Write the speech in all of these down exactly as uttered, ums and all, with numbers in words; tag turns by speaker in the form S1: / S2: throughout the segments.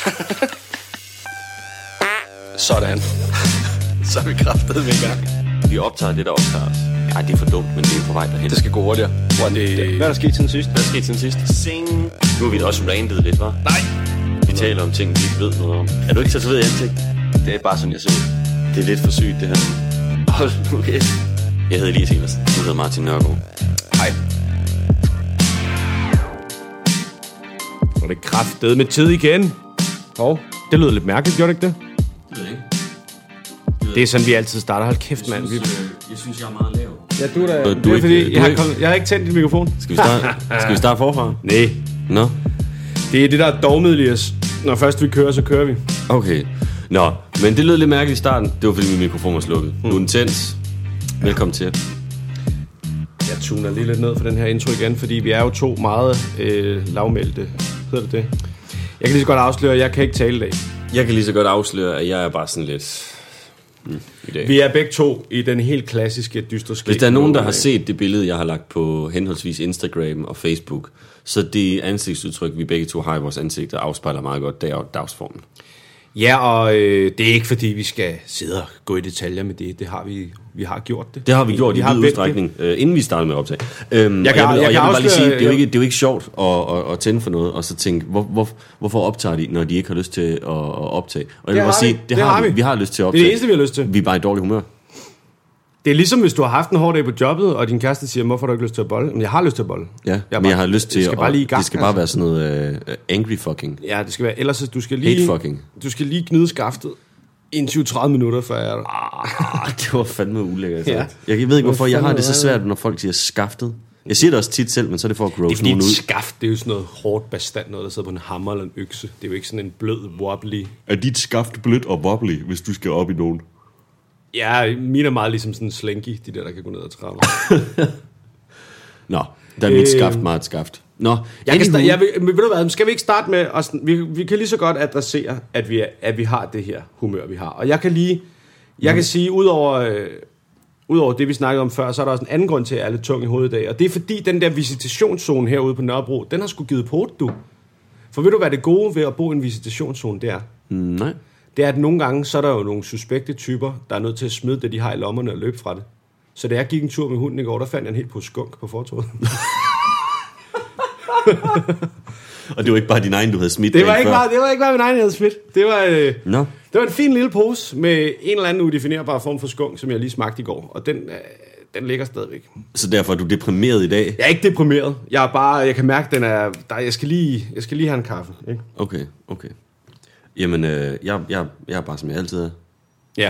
S1: Sådan. Så er vi kraftet med i gang.
S2: Vi optager det, der optager os. Ej, det er for dumt, men det er på vej derhen.
S1: Det skal gå hurtigere. Hvor det...
S3: Hvad er der sket siden sidst?
S2: Hvad er der sket siden sidst? Sing. Nu har vi da også randet lidt, hva'?
S1: Nej.
S2: Vi taler om ting, vi ikke ved noget om. Er du ikke tatoveret i ansigt?
S1: Det er bare sådan, jeg ser ud.
S2: Det er lidt for sygt, det her. Hold nu kæft. Jeg hedder Elias Evers. Du hedder Martin Nørgaard.
S1: Hej.
S3: Og det er kraftet med tid igen. Hov, det lød lidt mærkeligt, gjorde det ikke det?
S2: Det ved jeg ikke.
S3: Det er sådan, vi altid starter. Hold kæft, mand. Vi...
S2: Jeg synes, jeg er meget lav.
S3: Ja, du er da...
S2: Du er
S3: det er
S2: ikke-
S3: fordi,
S2: du
S3: jeg
S2: er
S3: har,
S2: ikke-
S3: kommet... jeg har ikke tændt din mikrofon.
S2: Skal vi starte, skal vi starte forfra?
S3: Nej,
S2: Nå,
S3: det er det, der er dogmet, Elias. Når først vi kører, så kører vi.
S2: okay. Nå, men det lød lidt mærkeligt i starten. Det var fordi min mikrofon var slukket. Nu er den tændt. Velkommen til.
S3: Jeg tuner lige lidt ned for den her intro igen, fordi vi er jo to meget øh, lavmælte. Hedder det det? Jeg kan lige så godt afsløre, at jeg kan ikke tale i dag.
S2: Jeg kan lige så godt afsløre, at jeg er bare sådan lidt... Mm, i dag.
S3: Vi er begge to i den helt klassiske dystre skæg.
S2: Hvis der er nogen, der har set det billede, jeg har lagt på henholdsvis Instagram og Facebook, så det ansigtsudtryk, vi begge to har i vores ansigter, afspejler meget godt dag- dagsformen.
S3: Ja, og øh, det er ikke fordi, vi skal sidde og gå i detaljer med det. Det har vi, vi har gjort det.
S2: Det har vi gjort
S3: vi
S2: i
S3: har
S2: vid
S3: vendt
S2: udstrækning, øh, inden vi startede med at optage. Øhm,
S3: Jeg kan-
S2: og jeg, vil,
S3: jeg
S2: og
S3: kan
S2: jeg vil bare lige
S3: afsløre-
S2: sige, det er, jo
S3: jeg-
S2: ikke, det er jo ikke sjovt at, at, at tænde for noget, og så tænke, hvor, hvor, hvorfor optager de, når de ikke har lyst til at, at optage? Og jeg vil
S3: har
S2: bare sige,
S3: vi.
S2: det,
S3: Det
S2: har
S3: har
S2: vi.
S3: vi.
S2: Vi har lyst til at
S3: Det er
S2: optage.
S3: det eneste, vi har lyst til.
S2: Vi er bare i dårlig humør.
S3: Det er ligesom, hvis du har haft en hård dag på jobbet, og din kæreste siger, hvorfor har du ikke lyst til at bolle? Men jeg har lyst til at bolle.
S2: Ja,
S3: jeg
S2: men
S3: bare,
S2: jeg har lyst til
S3: det skal
S2: at...
S3: bare lige i gang,
S2: det skal bare
S3: altså.
S2: være sådan noget uh, angry fucking.
S3: Ja, det skal være. Ellers du skal lige...
S2: Hate fucking.
S3: Du skal lige gnide skaftet i en tyve til tredive minutter, før jeg er der.
S2: Ah, det var fandme ulækkert.
S3: Ja.
S2: Ja. Jeg ved ikke, hvorfor jeg har
S3: fandme
S2: det så
S3: var det?
S2: svært, når folk siger skaftet. Jeg siger det også tit selv, men så er det for at
S3: Det er
S2: grosse
S3: fordi
S2: nogen
S3: et
S2: ud.
S3: skaft, det er jo sådan noget hårdt bestand, noget der sidder på en hammer eller en økse. Det er jo ikke sådan en blød, wobbly.
S2: Er dit skaft blødt og wobbly, hvis du skal op i nogen?
S3: Ja, mine er meget ligesom sådan en slinky, de der, der kan gå ned ad trappen.
S2: Nå, der er mit
S3: Øh.
S2: skaft meget et skaft. Nå,
S3: Jeg kan
S2: anywho.
S3: sta- jeg vil, men ved du hvad, skal vi ikke starte med, at sådan- vi, vi kan lige så godt adressere, at vi, er, at vi har det her humør, vi har. Og jeg kan lige, jeg kan sige, udover, øh, udover det, vi snakkede om før, så er der også en anden grund til, at jeg er lidt tung i hovedet i dag. Og det er fordi, den der visitationszone herude på Nørrebro, den har sgu givet på du. For ved du, hvad det gode ved at bo i en visitationszone, det er?
S2: Mm, nej.
S3: Det er, at nogle gange, så er der jo nogle suspekte typer, der er nødt til at smide det, de har i lommerne og løbe fra det. Så da jeg gik en tur med hunden i går, der fandt jeg en helt på skunk på fortovet.
S2: Og det var ikke bare din egen, du havde smidt
S3: Det var
S2: dagen
S3: ikke
S2: før.
S3: bare, det var ikke bare min egen, jeg havde smidt. Det var, øh,
S2: Nå,
S3: det var en fin lille pose med en eller anden udefinerbar form for skunk, som jeg lige smagte i går. Og den, øh, den ligger stadigvæk.
S2: så derfor er du deprimeret i dag?
S3: Jeg er ikke deprimeret. Jeg er bare, jeg kan mærke, den er, der, jeg, skal lige, jeg skal lige have en kaffe. Ikke?
S2: Okay, okay. Jamen, øh, jeg, jeg, jeg er bare som jeg altid er.
S3: Ja.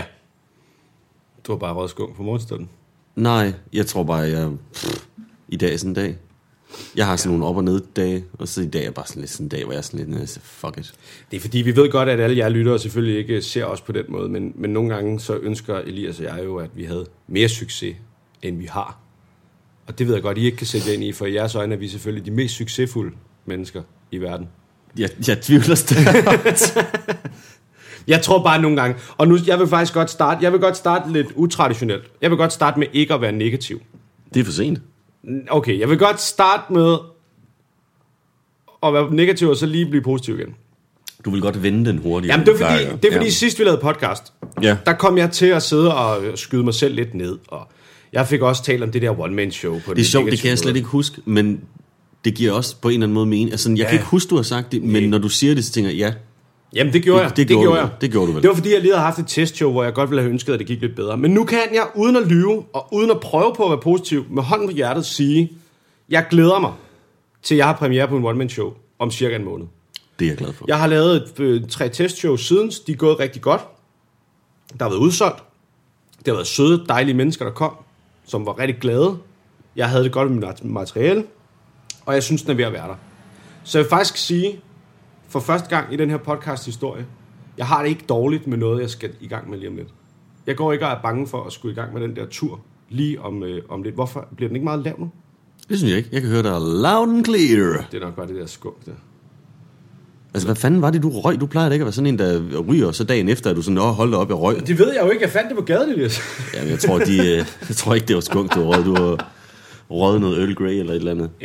S3: Du har bare røget skunk på morgenstunden.
S2: Nej, jeg tror bare, jeg... Pff, i dag er sådan en dag. Jeg har sådan nogle op- og ned-dage, og så i dag er bare sådan lidt sådan en dag, hvor jeg er sådan lidt, altså, fuck it.
S3: Det er fordi, vi ved godt, at alle jer lyttere selvfølgelig ikke ser os på den måde, men, men nogle gange så ønsker Elias og jeg jo, at vi havde mere succes, end vi har. Og det ved jeg godt, I ikke kan sætte jer ind i, for i jeres øjne er vi selvfølgelig de mest succesfulde mennesker i verden.
S2: Jeg, jeg tvivler stadig.
S3: Jeg tror bare nogle gange, og nu jeg vil faktisk godt starte, jeg vil godt starte lidt utraditionelt. Jeg vil godt starte med ikke at være negativ.
S2: Det er for sent.
S3: Okay, jeg vil godt starte med at være negativ og så lige blive positiv igen.
S2: Du vil godt vende den hurtigt.
S3: Jamen det er fordi, det er fordi
S2: ja.
S3: sidst vi lavede podcast,
S2: Ja.
S3: der kom jeg til at sidde og skyde mig selv lidt ned, og jeg fik også talt om det der one-man-show. På
S2: Det er sjovt, det kan jeg slet ikke huske, men det giver også på en eller anden måde mening. Altså, jeg
S3: Ja.
S2: kan ikke huske, du har sagt det, men når du siger det, så tænker jeg, ja,
S3: Jamen det gjorde
S2: Det-
S3: jeg.
S2: det gjorde du vel. Det gjorde du vel.
S3: Det var fordi, jeg lige havde haft et testshow, hvor jeg godt ville have ønsket, at det gik lidt bedre. Men nu kan jeg, uden at lyve, og uden at prøve på at være positiv, med hånden på hjertet sige, jeg glæder mig til, at jeg har premiere på en one-man-show om cirka en måned.
S2: det er jeg glad for.
S3: Jeg har lavet et, øh, tre testshows siden, de er gået rigtig godt. Der har været udsolgt. Det har været søde, dejlige mennesker, der kom, som var rigtig glade. Jeg havde det godt med mit materiale, og jeg synes, den er ved at være der. Så jeg vil faktisk sige, for første gang i den her podcast-historie, jeg har det ikke dårligt med noget, jeg skal i gang med lige om lidt. Jeg går ikke og er bange for at skulle i gang med den der tur lige om, øh, om lidt. Hvorfor bliver den ikke meget lav nu?
S2: Det synes jeg ikke. Jeg kan høre dig loud and clear.
S3: Det er nok bare det der skunk der.
S2: Altså, hvad fanden var det, du røg? Du plejer da ikke at være sådan en, der ryger, så dagen efter er du sådan, åh, hold da op, jeg røg.
S3: Det ved jeg jo ikke. Jeg fandt det på gaden, Elias.
S2: Jamen, jeg tror, de, øh, jeg tror ikke, det var skunk, du røg. Du har røget noget Earl Grey eller et eller andet.
S3: Ja,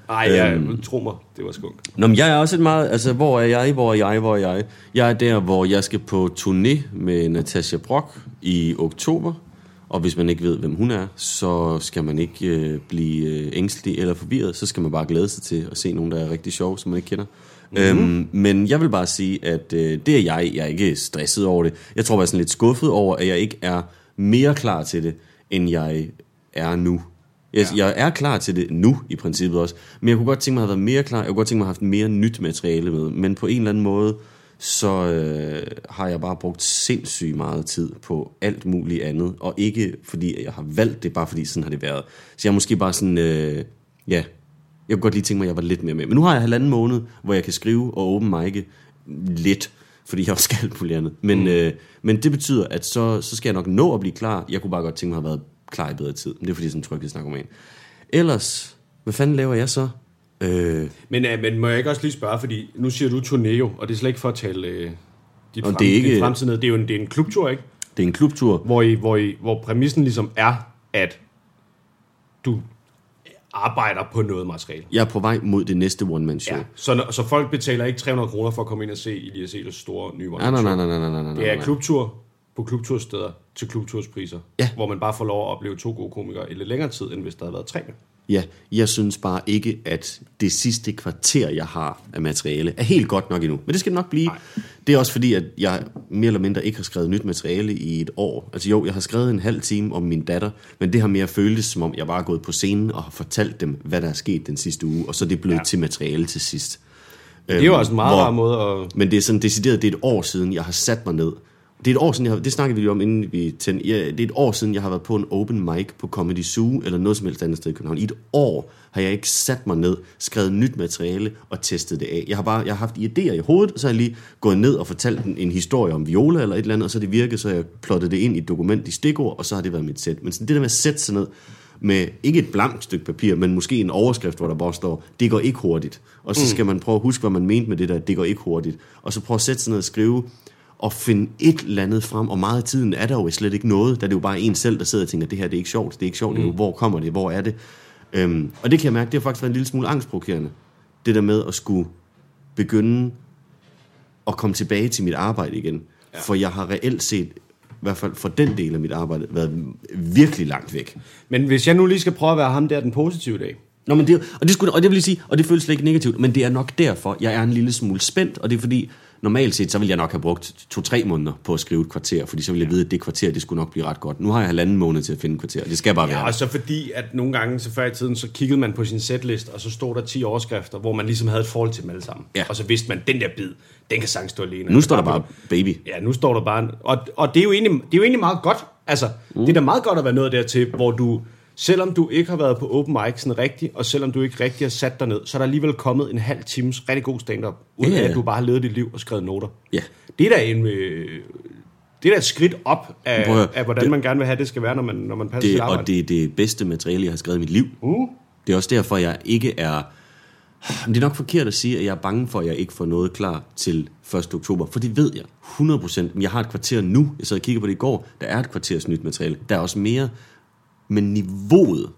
S3: Ej, ja, øhm, tro mig, det var skunk.
S2: Nå, men jeg er også et meget, altså, hvor er jeg, hvor er jeg, hvor er jeg? Jeg er der, hvor jeg skal på turné med Natasha Brock i oktober, og hvis man ikke ved, hvem hun er, så skal man ikke øh, blive øh, ængstelig eller forvirret, så skal man bare glæde sig til at se nogen, der er rigtig sjov, som man ikke kender. Mm-hmm. Øhm, men jeg vil bare sige, at øh, det er jeg, jeg er ikke stresset over det. Jeg tror, jeg er sådan lidt skuffet over, at jeg ikke er mere klar til det, end jeg er nu. Jeg, ja. jeg er klar til det nu, i princippet også. Men jeg kunne godt tænke mig at have været mere klar. Jeg kunne godt tænke mig at have haft mere nyt materiale med. Men på en eller anden måde, så øh, har jeg bare brugt sindssygt meget tid på alt muligt andet. Og ikke fordi jeg har valgt det, bare fordi sådan har det været. Så jeg er måske bare sådan, øh, ja, jeg kunne godt lige tænke mig, at jeg var lidt mere med. Men nu har jeg halvanden måned, hvor jeg kan skrive og open mic'e lidt, fordi jeg også skal alt muligt andet. Men, mm. øh, men det betyder, at så, så skal jeg nok nå at blive klar. Jeg kunne bare godt tænke mig at have været klar i bedre tid. Men det er fordi, sådan tryghedsnarkoman. Ellers, hvad fanden laver jeg så? Øh...
S3: Men, øh, men må jeg ikke også lige spørge, fordi nu siger du turné jo, og det er slet ikke for at tale øh, dit, frem,
S2: det er ikke...
S3: dit fremtid ned. Det er jo en, det er en klubtur, ikke?
S2: Det er en klubtur.
S3: Hvor, I, hvor, I, hvor præmissen ligesom er, at du arbejder på noget materiale.
S2: Jeg er på vej mod det næste one-man-show.
S3: Ja, så, så folk betaler ikke tre hundrede kroner for at komme ind og se Elias Ehlers store nye one-man-show.
S2: Nej, nej, nej, nej, nej, nej, nej.
S3: Det er klubtur på klubtursteder til klubturspriser,
S2: ja.
S3: Hvor man bare får lov at opleve to gode komikere i lidt længere tid, end hvis der havde været tre.
S2: Ja, jeg synes bare ikke, at det sidste kvarter, jeg har af materiale, er helt godt nok endnu. Men det skal det nok blive. Nej. Det er også fordi, at jeg mere eller mindre ikke har skrevet nyt materiale i et år. Altså jo, jeg har skrevet en halv time om min datter, men det har mere føltes, som om jeg bare er gået på scenen og har fortalt dem, hvad der er sket den sidste uge, og så er det blevet ja. til materiale til sidst.
S3: Det er jo øhm, også en meget rar måde at...
S2: Men det er sådan decideret, det er et år siden, jeg har sat mig ned. Det er et år siden, jeg har, det snakkede vi jo om, inden vi tændte. Ja, det er et år siden, jeg har været på en open mic på Comedy Zoo, eller noget som helst andet sted i København. I et år har jeg ikke sat mig ned, skrevet nyt materiale og testet det af. Jeg har bare jeg har haft idéer i hovedet, og så har jeg lige gået ned og fortalt en, en historie om Viola eller et eller andet, og så det virkede, så jeg plottet det ind i et dokument i stikord, og så har det været mit sæt. Men sådan det der med at sætte sig ned med ikke et blankt stykke papir, men måske en overskrift, hvor der bare står, det går ikke hurtigt. Og så skal man prøve at huske, hvad man mente med det der, det går ikke hurtigt. Og så prøve at sætte sig ned og skrive, og finde et eller andet frem, og meget af tiden er der jo slet ikke noget, da det er jo bare en selv, der sidder og tænker, det her det er ikke sjovt, det er ikke sjovt, mm. hvor kommer det, hvor er det? Øhm, og det kan jeg mærke, det har faktisk været en lille smule angstprovokerende, det der med at skulle begynde at komme tilbage til mit arbejde igen, ja. For jeg har reelt set, i hvert fald for den del af mit arbejde, været virkelig langt væk.
S3: Men hvis jeg nu lige skal prøve at være ham der den positive dag.
S2: Nå, men det, og, det skulle, og det vil sige, og det føles slet ikke negativt, men det er nok derfor, jeg er en lille smule spændt, og det er fordi, normalt set, så vil jeg nok have brugt to-tre måneder på at skrive et kvarter, fordi så vil jeg vide, at det kvarter, det skulle nok blive ret godt. Nu har jeg halvanden måned til at finde et kvarter, det skal bare
S3: ja,
S2: være.
S3: Og så fordi, at nogle gange, så før i tiden, så kiggede man på sin setlist, og så stod der ti overskrifter, hvor man ligesom havde et forhold til dem alle sammen. Ja. Og så vidste man, den der bid, den kan sagtens stå alene.
S2: Nu står der bare baby.
S3: Ja, nu står der bare, en, og, og det, er jo egentlig, det er jo egentlig meget godt. Altså, mm. det er da meget godt at være nået dertil, hvor du, selvom du ikke har været på open mic sådan rigtigt, og selvom du ikke rigtig har sat dig ned, så er der alligevel kommet en halv times rigtig god stand-up, uden ja, ja. At du bare har levet dit liv og skrevet noter. Ja. Det er da en... Øh, det er da et skridt op af, af hvordan det, man gerne vil have, det skal være, når man, når man passer
S2: det,
S3: sit arbejde.
S2: Og det er det bedste materiale, jeg har skrevet i mit liv.
S3: Uh.
S2: Det er også derfor, jeg ikke er... Men det er nok forkert at sige, at jeg er bange for, at jeg ikke får noget klar til første oktober. For det ved jeg hundrede procent. Men jeg har et kvarter nu. Jeg sad og kigger på det i går. Der er et kvarters nyt materiale. Der er også mere... Men niveauet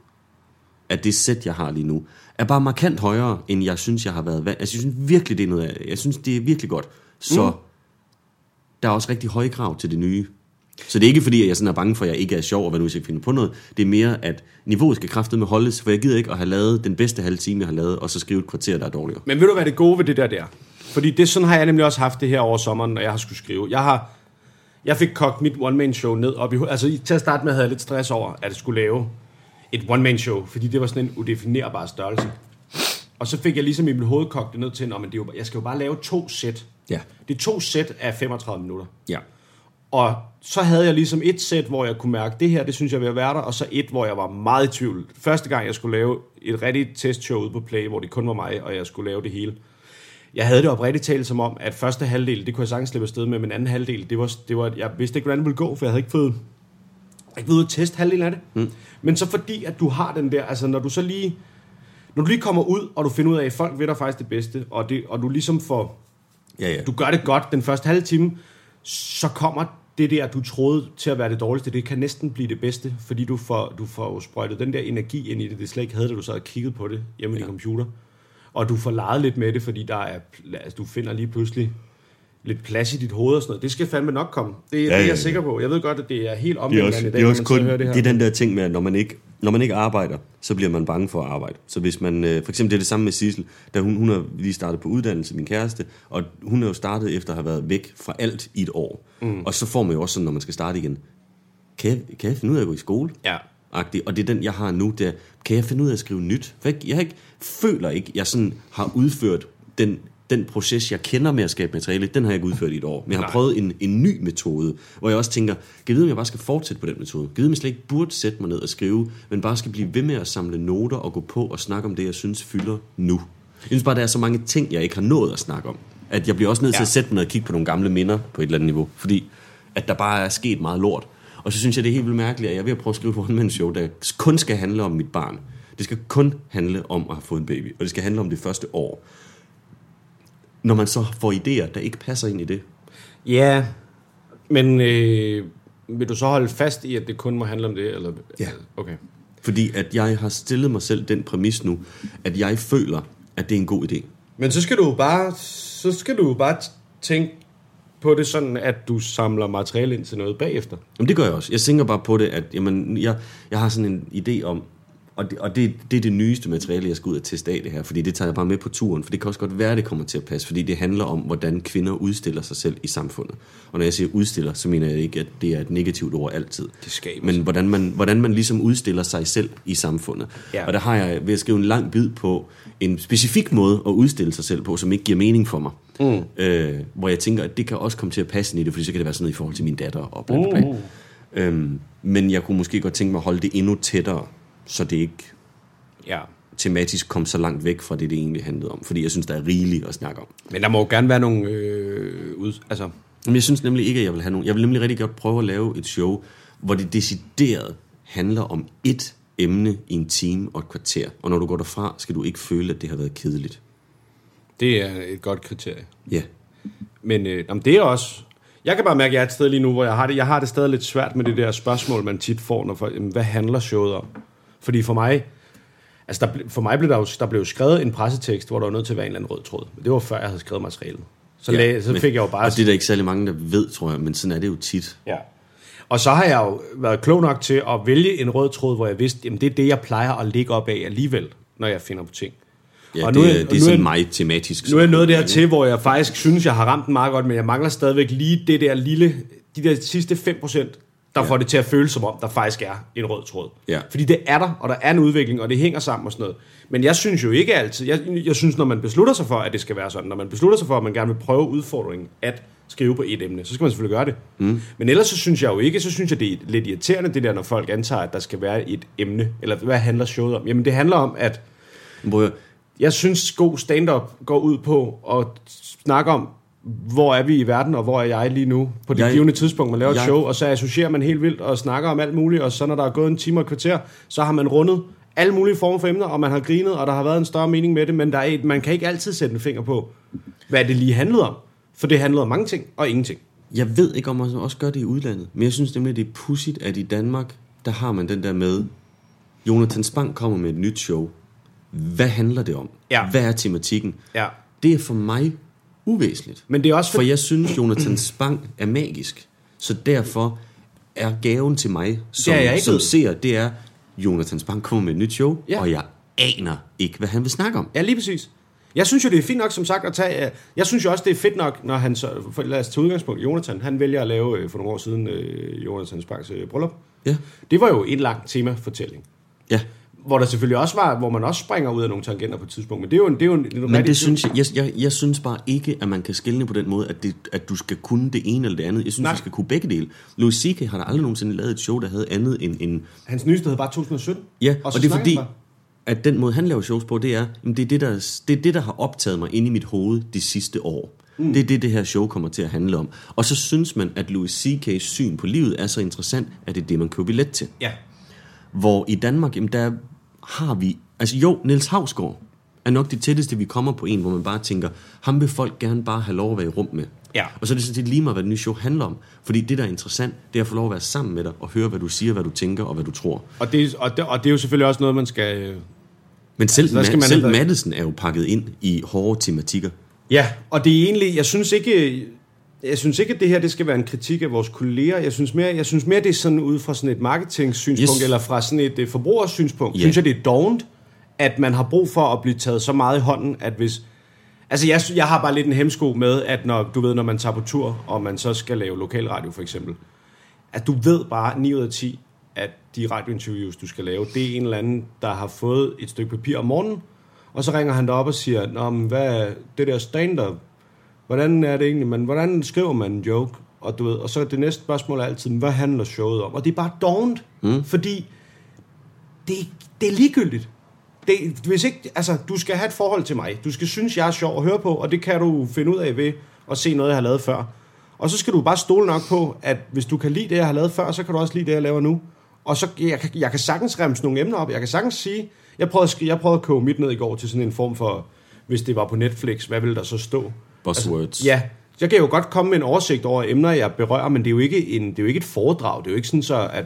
S2: af det sæt, jeg har lige nu, er bare markant højere, end jeg synes, jeg har været vant. Altså, jeg synes virkelig, det er noget af... Jeg synes, det er virkelig godt. Så mm. der er også rigtig høje krav til det nye. Så det er ikke fordi, at jeg sådan er bange for, at jeg ikke er sjov, og hvad nu hvis jeg finder på noget. Det er mere, at niveauet skal kraftedeme holdes, for jeg gider ikke at have lavet den bedste halve time, jeg har lavet, og så skrive et kvarter, der er dårligere.
S3: Men ved du, hvad det gode ved det der der? Fordi det, sådan har jeg nemlig også haft det her over sommeren, når jeg har skulle skrive. Jeg har... Jeg fik kogt mit one-man-show ned op i... Altså, til at starte med havde jeg lidt stress over, at jeg skulle lave et one-man-show, fordi det var sådan en udefinerbar størrelse. Og så fik jeg ligesom i mit hoved kogt det ned til, at jeg skal jo bare lave to sæt.
S2: Ja.
S3: Det er to sæt af femogtredive minutter.
S2: Ja.
S3: Og så havde jeg ligesom et sæt, hvor jeg kunne mærke, det her, det synes jeg vil være der, og så et, hvor jeg var meget i tvivl. Første gang, jeg skulle lave et rigtigt testshow ude på Play, hvor det kun var mig, og jeg skulle lave det hele. Jeg havde det oprigtigt talt som om, at første halvdel, det kunne jeg sagtens slippe afsted med, men anden halvdel, det var, det var, jeg vidste ikke, hvordan det ville gå, for jeg havde ikke fået, ikke været ude at teste halvdelen af det. Mm. Men så fordi, at du har den der, altså når du så lige, når du lige kommer ud, og du finder ud af, at folk ved dig faktisk det bedste, og, det, og du ligesom får,
S2: ja, ja.
S3: du gør det godt den første halve time, så kommer det der, du troede til at være det dårligste, det kan næsten blive det bedste, fordi du får, du får sprøjtet den der energi ind i det, det slet ikke havde, da du så havde kigget på det hjemme ja. i din computer. Og du får leget lidt med det, fordi der er, altså, du finder lige pludselig lidt plads i dit hoved og sådan noget. Det skal fandme nok komme. Det, ja, det er jeg ja, ja. sikker på. Jeg ved godt, at det er helt omvendt i dag,
S2: det er også kun, det, det er den der ting med, at når man ikke Når man ikke arbejder, så bliver man bange for at arbejde. Så hvis man, øh, for eksempel det er det samme med Sissel, da hun, hun har lige startet på uddannelse, min kæreste, og hun er jo startet efter at have været væk fra alt i et år. Mm. Og så får man jo også sådan, når man skal starte igen, kan jeg, kan jeg finde ud af at gå i skole?
S3: Ja.
S2: Agtigt. Og det er den, jeg har nu, der kan jeg finde ud af at skrive nyt? For jeg, jeg har ikke, føler ikke, jeg sådan har udført den den proces, jeg kender med at skabe materiale, den har jeg ikke udført i et år. Men jeg har Nej. prøvet en, en ny metode, hvor jeg også tænker, kan jeg vide, om jeg bare skal fortsætte på den metode? Kan jeg vide, om jeg slet ikke burde sætte mig ned og skrive, men bare skal blive ved med at samle noter og gå på og snakke om det, jeg synes fylder nu. Jeg synes bare, der er så mange ting, jeg ikke har nået at snakke om, at jeg bliver også nødt til ja. at sætte mig ned og kigge på nogle gamle minder på et eller andet niveau, fordi at der bare er sket meget lort. Og så synes jeg, det er helt vildt mærkeligt, at jeg er ved at prøve at skrive et one-man-show, der kun skal handle om mit barn. Det skal kun handle om at have fået en baby, og det skal handle om det første år. Når man så får idéer, der ikke passer ind i det.
S3: Ja, men øh, vil du så holde fast i, at det kun må handle om det? Eller?
S2: Ja.
S3: Okay.
S2: Fordi at jeg har stillet mig selv den præmis nu, at jeg føler, at det er en god idé.
S3: Men så skal du bare, så skal du bare tænke på det sådan, at du samler materiale ind til noget bagefter.
S2: Jamen det gør jeg også. Jeg tænker bare på det, at jamen, jeg, jeg har sådan en idé om, Og, det, og det, det er det nyeste materiale, jeg skal ud og teste af det her, fordi det tager jeg bare med på turen, for det kan også godt være, det kommer til at passe, fordi det handler om, hvordan kvinder udstiller sig selv i samfundet. Og når jeg siger udstiller, så mener jeg ikke, at det er et negativt ord altid.
S3: Det skaber.
S2: Men hvordan man, hvordan man ligesom udstiller sig selv i samfundet. Ja. Og der har jeg ved at skrive en lang bid på en specifik måde at udstille sig selv på, som ikke giver mening for mig. Mm. Øh, hvor jeg tænker, at det kan også komme til at passe ind i det, fordi så kan det være sådan noget i forhold til min datter og bla bla bla. Uh. Øhm, men jeg kunne måske godt tænke mig at holde det endnu tættere, så det ikke
S3: ja.
S2: tematisk kom så langt væk fra det, det egentlig handlede om. Fordi jeg synes, der er rigeligt at snakke om.
S3: Men der må jo gerne være nogle øh, ud... Altså...
S2: Men jeg synes nemlig ikke, at jeg vil have nogen... Jeg vil nemlig rigtig godt prøve at lave et show, hvor det decideret handler om ét emne i en time og et kvarter. Og når du går derfra, skal du ikke føle, at det har været kedeligt.
S3: Det er et godt kriterie.
S2: Ja.
S3: Men øh, jamen, det er også... Jeg kan bare mærke, at jeg er et sted lige nu, hvor jeg har det. Jeg har det stadig lidt svært med det der spørgsmål, man tit får, når folk, jamen, hvad handler showet om? Fordi for mig, altså der, for mig blev der jo der blev skrevet en pressetekst, hvor der var nødt til at være en eller anden rød tråd. Det var før jeg havde skrevet materialet. Så, ja, lag, så fik
S2: men,
S3: jeg jo bare...
S2: Og det er der ikke særlig mange, der ved, tror jeg, men sådan er det jo tit.
S3: Ja. Og så har jeg jo været klog nok til at vælge en rød tråd, hvor jeg vidste, jamen det er det, jeg plejer at ligge op af alligevel, når jeg finder på ting.
S2: Ja, og nu det, er, det er sådan meget tematisk.
S3: Nu er jeg nået dertil, hvor jeg faktisk synes, jeg har ramt den meget godt, men jeg mangler stadigvæk lige det der lille, de der sidste fem procent, der ja. får det til at føles som om, der faktisk er en rød tråd.
S2: Ja.
S3: Fordi det er der, og der er en udvikling, og det hænger sammen og sådan noget. Men jeg synes jo ikke altid, jeg, jeg synes, når man beslutter sig for, at det skal være sådan, når man beslutter sig for, at man gerne vil prøve udfordringen at skrive på et emne, så skal man selvfølgelig gøre det. Mm. Men ellers så synes jeg jo ikke, så synes jeg, det er lidt irriterende, det der, når folk antager, at der skal være et emne, eller hvad handler showet om? Jamen det handler om, at
S2: Hvor
S3: jeg synes, god stand-up går ud på at snakke om, hvor er vi i verden, og hvor er jeg lige nu, på det jeg, givende tidspunkt, man laver jeg, et show, og så associerer man helt vildt og snakker om alt muligt, og så når der er gået en time og et kvarter, så har man rundet alle mulige former for emner, og man har grinet, og der har været en større mening med det, men der er et, man kan ikke altid sætte en finger på, hvad det lige handlede om, for det handlede om mange ting, og ingenting.
S2: Jeg ved ikke, om man også gør det i udlandet, men jeg synes nemlig, det er pudsigt, at i Danmark, der har man den der med, Jonathan Spang kommer med et nyt show. Hvad handler det om?
S3: Ja.
S2: Hvad er tematikken?
S3: Ja.
S2: Det er for mig uvæsentligt.
S3: Men det er også for...
S2: for jeg synes, Jonathan Spang er magisk. Så derfor er gaven til mig, som, som ser, det er, Jonathan Spang kommer med et nyt show, ja. og jeg aner ikke, hvad han vil snakke om.
S3: Ja, lige præcis. Jeg synes jo, det er fint nok, som sagt, at tage... Jeg synes jo også, det er fedt nok, når han så... For, lad os tage udgangspunkt. Jonathan, han vælger at lave for nogle år siden uh, Jonathan Spangs uh, bryllup.
S2: Ja.
S3: Det var jo en lang temafortælling.
S2: Ja.
S3: Hvor der selvfølgelig også var, hvor man også springer ud af nogle tangenter på et tidspunkt. Men det er jo en, det er jo en, en
S2: men det synes jeg, jeg, jeg, jeg synes bare ikke, at man kan skelne på den måde, at, det, at du skal kunne det ene eller det andet. Jeg synes, du skal kunne begge dele. Louis C K har der aldrig nogensinde lavet et show, der havde andet end... end
S3: hans nyeste hed bare to tusind og sytten.
S2: Ja, og, og det er fordi, at den måde, han laver shows på, det er, jamen, det, er det, der, det er det, der har optaget mig inde i mit hoved de sidste år. Mm. Det er det, det her show kommer til at handle om. Og så synes man, at Louis C K's syn på livet er så interessant, at det er det, man køber billet til.
S3: Ja.
S2: Hvor i Danmark, jamen, der har vi... Altså jo, Niels Hausgaard er nok det tætteste, vi kommer på en, hvor man bare tænker, ham vil folk gerne bare have lov at være i rum med.
S3: Ja.
S2: Og så er det sådan set lige meget, hvad det nye show handler om. Fordi det, der er interessant, det er at få lov at være sammen med dig, og høre, hvad du siger, hvad du tænker, og hvad du tror.
S3: Og det, og det, og det er jo selvfølgelig også noget, man skal...
S2: Men selv,
S3: altså, skal man
S2: selv
S3: have...
S2: Madsen er jo pakket ind i hårde tematikker.
S3: Ja, og det er egentlig... Jeg synes ikke... Jeg synes ikke, at det her det skal være en kritik af vores kolleger. Jeg synes mere, jeg synes mere det er sådan ud fra sådan et marketing-synspunkt, yes. eller fra sådan et uh, forbrugersynspunkt. Yeah. Synes jeg, det er dovent, at man har brug for at blive taget så meget i hånden, at hvis... Altså, jeg, jeg har bare lidt en hemsko med, at når, du ved, når man tager på tur, og man så skal lave lokalradio for eksempel, at du ved bare ni ud af ti, at de radiointerviews, du skal lave, det er en eller anden, der har fået et stykke papir om morgenen, og så ringer han derop og siger, nå, men hvad er det der stand-up? Hvordan er det egentlig? Man, hvordan skriver man en joke? Og, du ved, og så er det næste spørgsmål altid, hvad handler showet om? Og det er bare dovent, mm. fordi det, det er ligegyldigt. Det, hvis ikke, altså, du skal have et forhold til mig. Du skal synes, jeg er sjov at høre på, og det kan du finde ud af ved at se noget, jeg har lavet før. Og så skal du bare stole nok på, at hvis du kan lide det, jeg har lavet før, så kan du også lide det, jeg laver nu. Og så, jeg, jeg kan sagtens remse nogle emner op. Jeg kan sagtens sige, jeg prøvede, jeg prøvede at koge mit ned i går til sådan en form for, hvis det var på Netflix, hvad ville der så stå?
S2: Buzzwords.
S3: Altså, ja, jeg kan jo godt komme med en oversigt over emner, jeg berører, men det er jo ikke, en, det er jo ikke et foredrag. Det er jo ikke sådan så, at,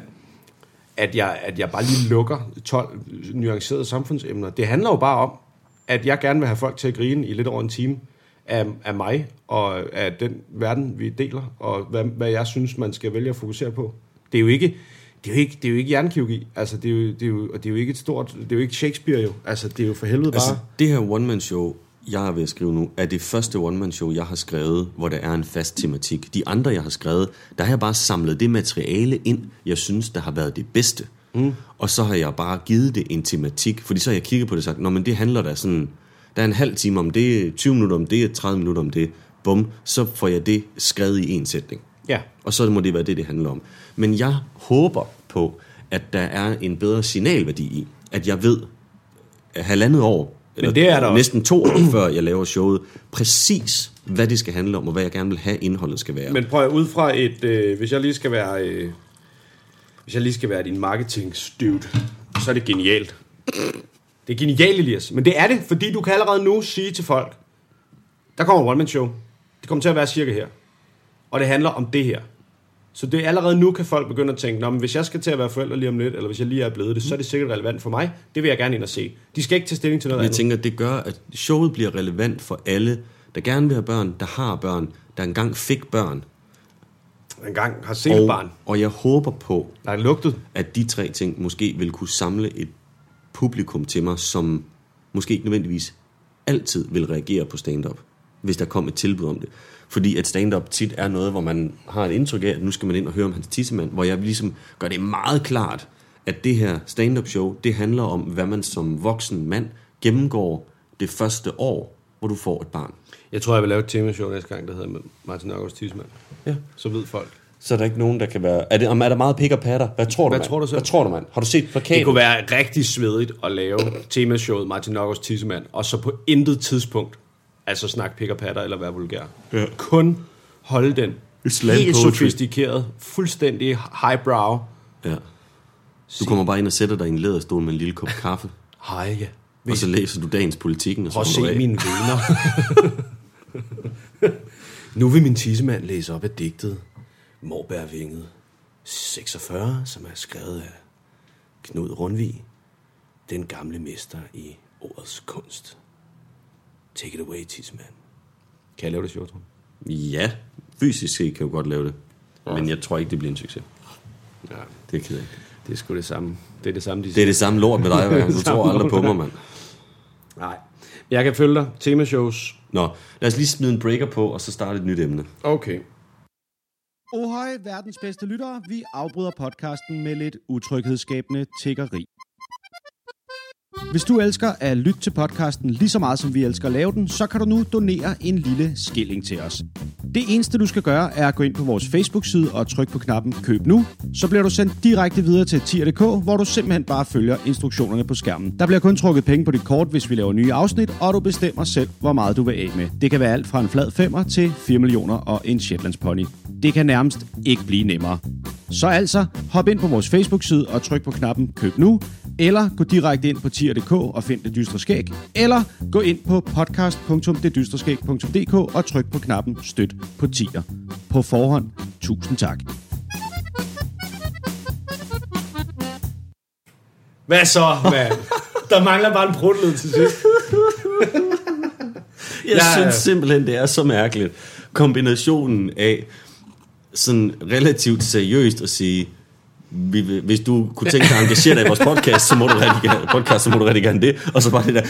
S3: at, jeg, at jeg bare lige lukker tolv nuancerede samfundsemner. Det handler jo bare om, at jeg gerne vil have folk til at grine i lidt over en time af, af mig, og af den verden, vi deler, og hvad, hvad jeg synes, man skal vælge at fokusere på. Det er jo ikke... Det er jo ikke, det er jo ikke hjernekirurgi. Altså, det er jo, det er jo, det er jo ikke et stort... Det er jo ikke Shakespeare, jo. Altså, det er jo for helvede bare...
S2: Altså, det her one-man-show, jeg er ved at skrive nu, er det første one-man-show, jeg har skrevet, hvor der er en fast tematik. De andre, jeg har skrevet, der har jeg bare samlet det materiale ind, jeg synes, der har været det bedste. Mm. Og så har jeg bare givet det en tematik, fordi så har jeg kigget på det og sagt, nå, men det handler der sådan... Der er en halv time om det, tyve minutter om det, tredive minutter om det. Bum, så får jeg det skrevet i en sætning.
S3: Ja.
S2: Og så må det være det, det handler om. Men jeg håber på, at der er en bedre signalværdi i, at jeg ved halvandet år, eller
S3: det er der
S2: næsten to år før jeg laver showet, præcis hvad det skal handle om, og hvad jeg gerne vil have indholdet skal være.
S3: Men prøv at ud fra et, øh, hvis jeg lige skal være, øh, hvis jeg lige skal være din marketing-dude, så er det genialt. Det er genialt, Elias. Men det er det, fordi du kan allerede nu sige til folk, der kommer one man show. Det kommer til at være cirka her. Og det handler om det her. Så det allerede nu kan folk begynde at tænke, nå, men hvis jeg skal til at være forælder lige om lidt, eller hvis jeg lige er blevet det, så er det sikkert relevant for mig. Det vil jeg gerne ind og se. De skal ikke tage stilling til noget
S2: jeg
S3: andet.
S2: Jeg tænker, det gør, at showet bliver relevant for alle, der gerne vil have børn, der har børn, der engang fik børn.
S3: Der engang har set og, barn.
S2: Og jeg håber på,
S3: der er lugtet.
S2: At de tre ting måske vil kunne samle et publikum til mig, som måske ikke nødvendigvis altid vil reagere på stand-up, hvis der kom et tilbud om det. Fordi at stand-up tit er noget, hvor man har et indtryk af, at nu skal man ind og høre om hans tissemand, hvor jeg ligesom gør det meget klart, at det her stand-up show, det handler om, hvad man som voksen mand gennemgår det første år, hvor du får et barn.
S3: Jeg tror, jeg vil lave et temashow næste gang, der hedder Martin Nørgaards tissemand.
S2: Ja.
S3: Så ved folk.
S2: Så er der ikke nogen, der kan være... Er, det, er der meget pik og patter? Hvad tror du,
S3: Hvad
S2: man?
S3: tror du selv?
S2: Hvad tror du, mand? Har du set plakaten?
S3: Det kunne være rigtig svedigt at lave temashowet Martin Nørgaards tissemand, og så på intet tidspunkt altså snak pik og patter eller være vulgær.
S2: Ja.
S3: Kun holde den
S2: Slam
S3: helt
S2: poetry.
S3: Sofistikeret, fuldstændig highbrow.
S2: Ja. Du kommer bare ind og sætter dig i en læderstol med en lille kop kaffe.
S3: Hej, ja.
S2: Og så læser du dagens Politikken. Og så
S3: prøv at se mine venner. Nu vil min tissemand læse op af digtet Morbærvinget seksogfyrre, som er skrevet af Knud Rundvig, den gamle mester i ordets kunst. Take it away, tissemand. Kan jeg lave det sjovt, Trond?
S2: Ja, fysisk set kan jeg godt lave det. Ja. Men jeg tror ikke, det bliver en succes.
S3: Ja.
S2: Det er ked af.
S3: Det er sgu det samme. Det er det samme, de
S2: Det er det samme lort med dig, hver gang. Du tror aldrig på mig, mand.
S3: Nej. Jeg kan følge dig. Temashows.
S2: Nå, lad os lige smide en breaker på, og så starte et nyt emne.
S3: Okay.
S4: Ohøj, verdens bedste lyttere. Vi afbryder podcasten med lidt utryghedsskabende tiggeri. Hvis du elsker at lytte til podcasten lige så meget, som vi elsker at lave den, så kan du nu donere en lille skilling til os. Det eneste, du skal gøre, er at gå ind på vores Facebook-side og trykke på knappen Køb nu. Så bliver du sendt direkte videre til tier punktum d k, hvor du simpelthen bare følger instruktionerne på skærmen. Der bliver kun trukket penge på dit kort, hvis vi laver nye afsnit, og du bestemmer selv, hvor meget du vil af med. Det kan være alt fra en flad femmer til fire millioner og en Shetlandspony. Det kan nærmest ikke blive nemmere. Så altså, hop ind på vores Facebook-side og tryk på knappen Køb nu. eller gå direkte ind på tier punktum d k og find Det Dystre Skæg, eller gå ind på podcast punktum det dystre skæg punktum d k og tryk på knappen Støt på tier. På forhånd, tusind tak.
S3: Hvad så, mand? Der mangler bare en prutlyd til sidst.
S2: Jeg ja, synes simpelthen, det er så mærkeligt. Kombinationen af sådan relativt seriøst at sige, hvis du kunne tænke dig at engagere dig i vores podcast, så må du rigtig gerne, podcast, så må du rigtig gerne det. Og så bare det der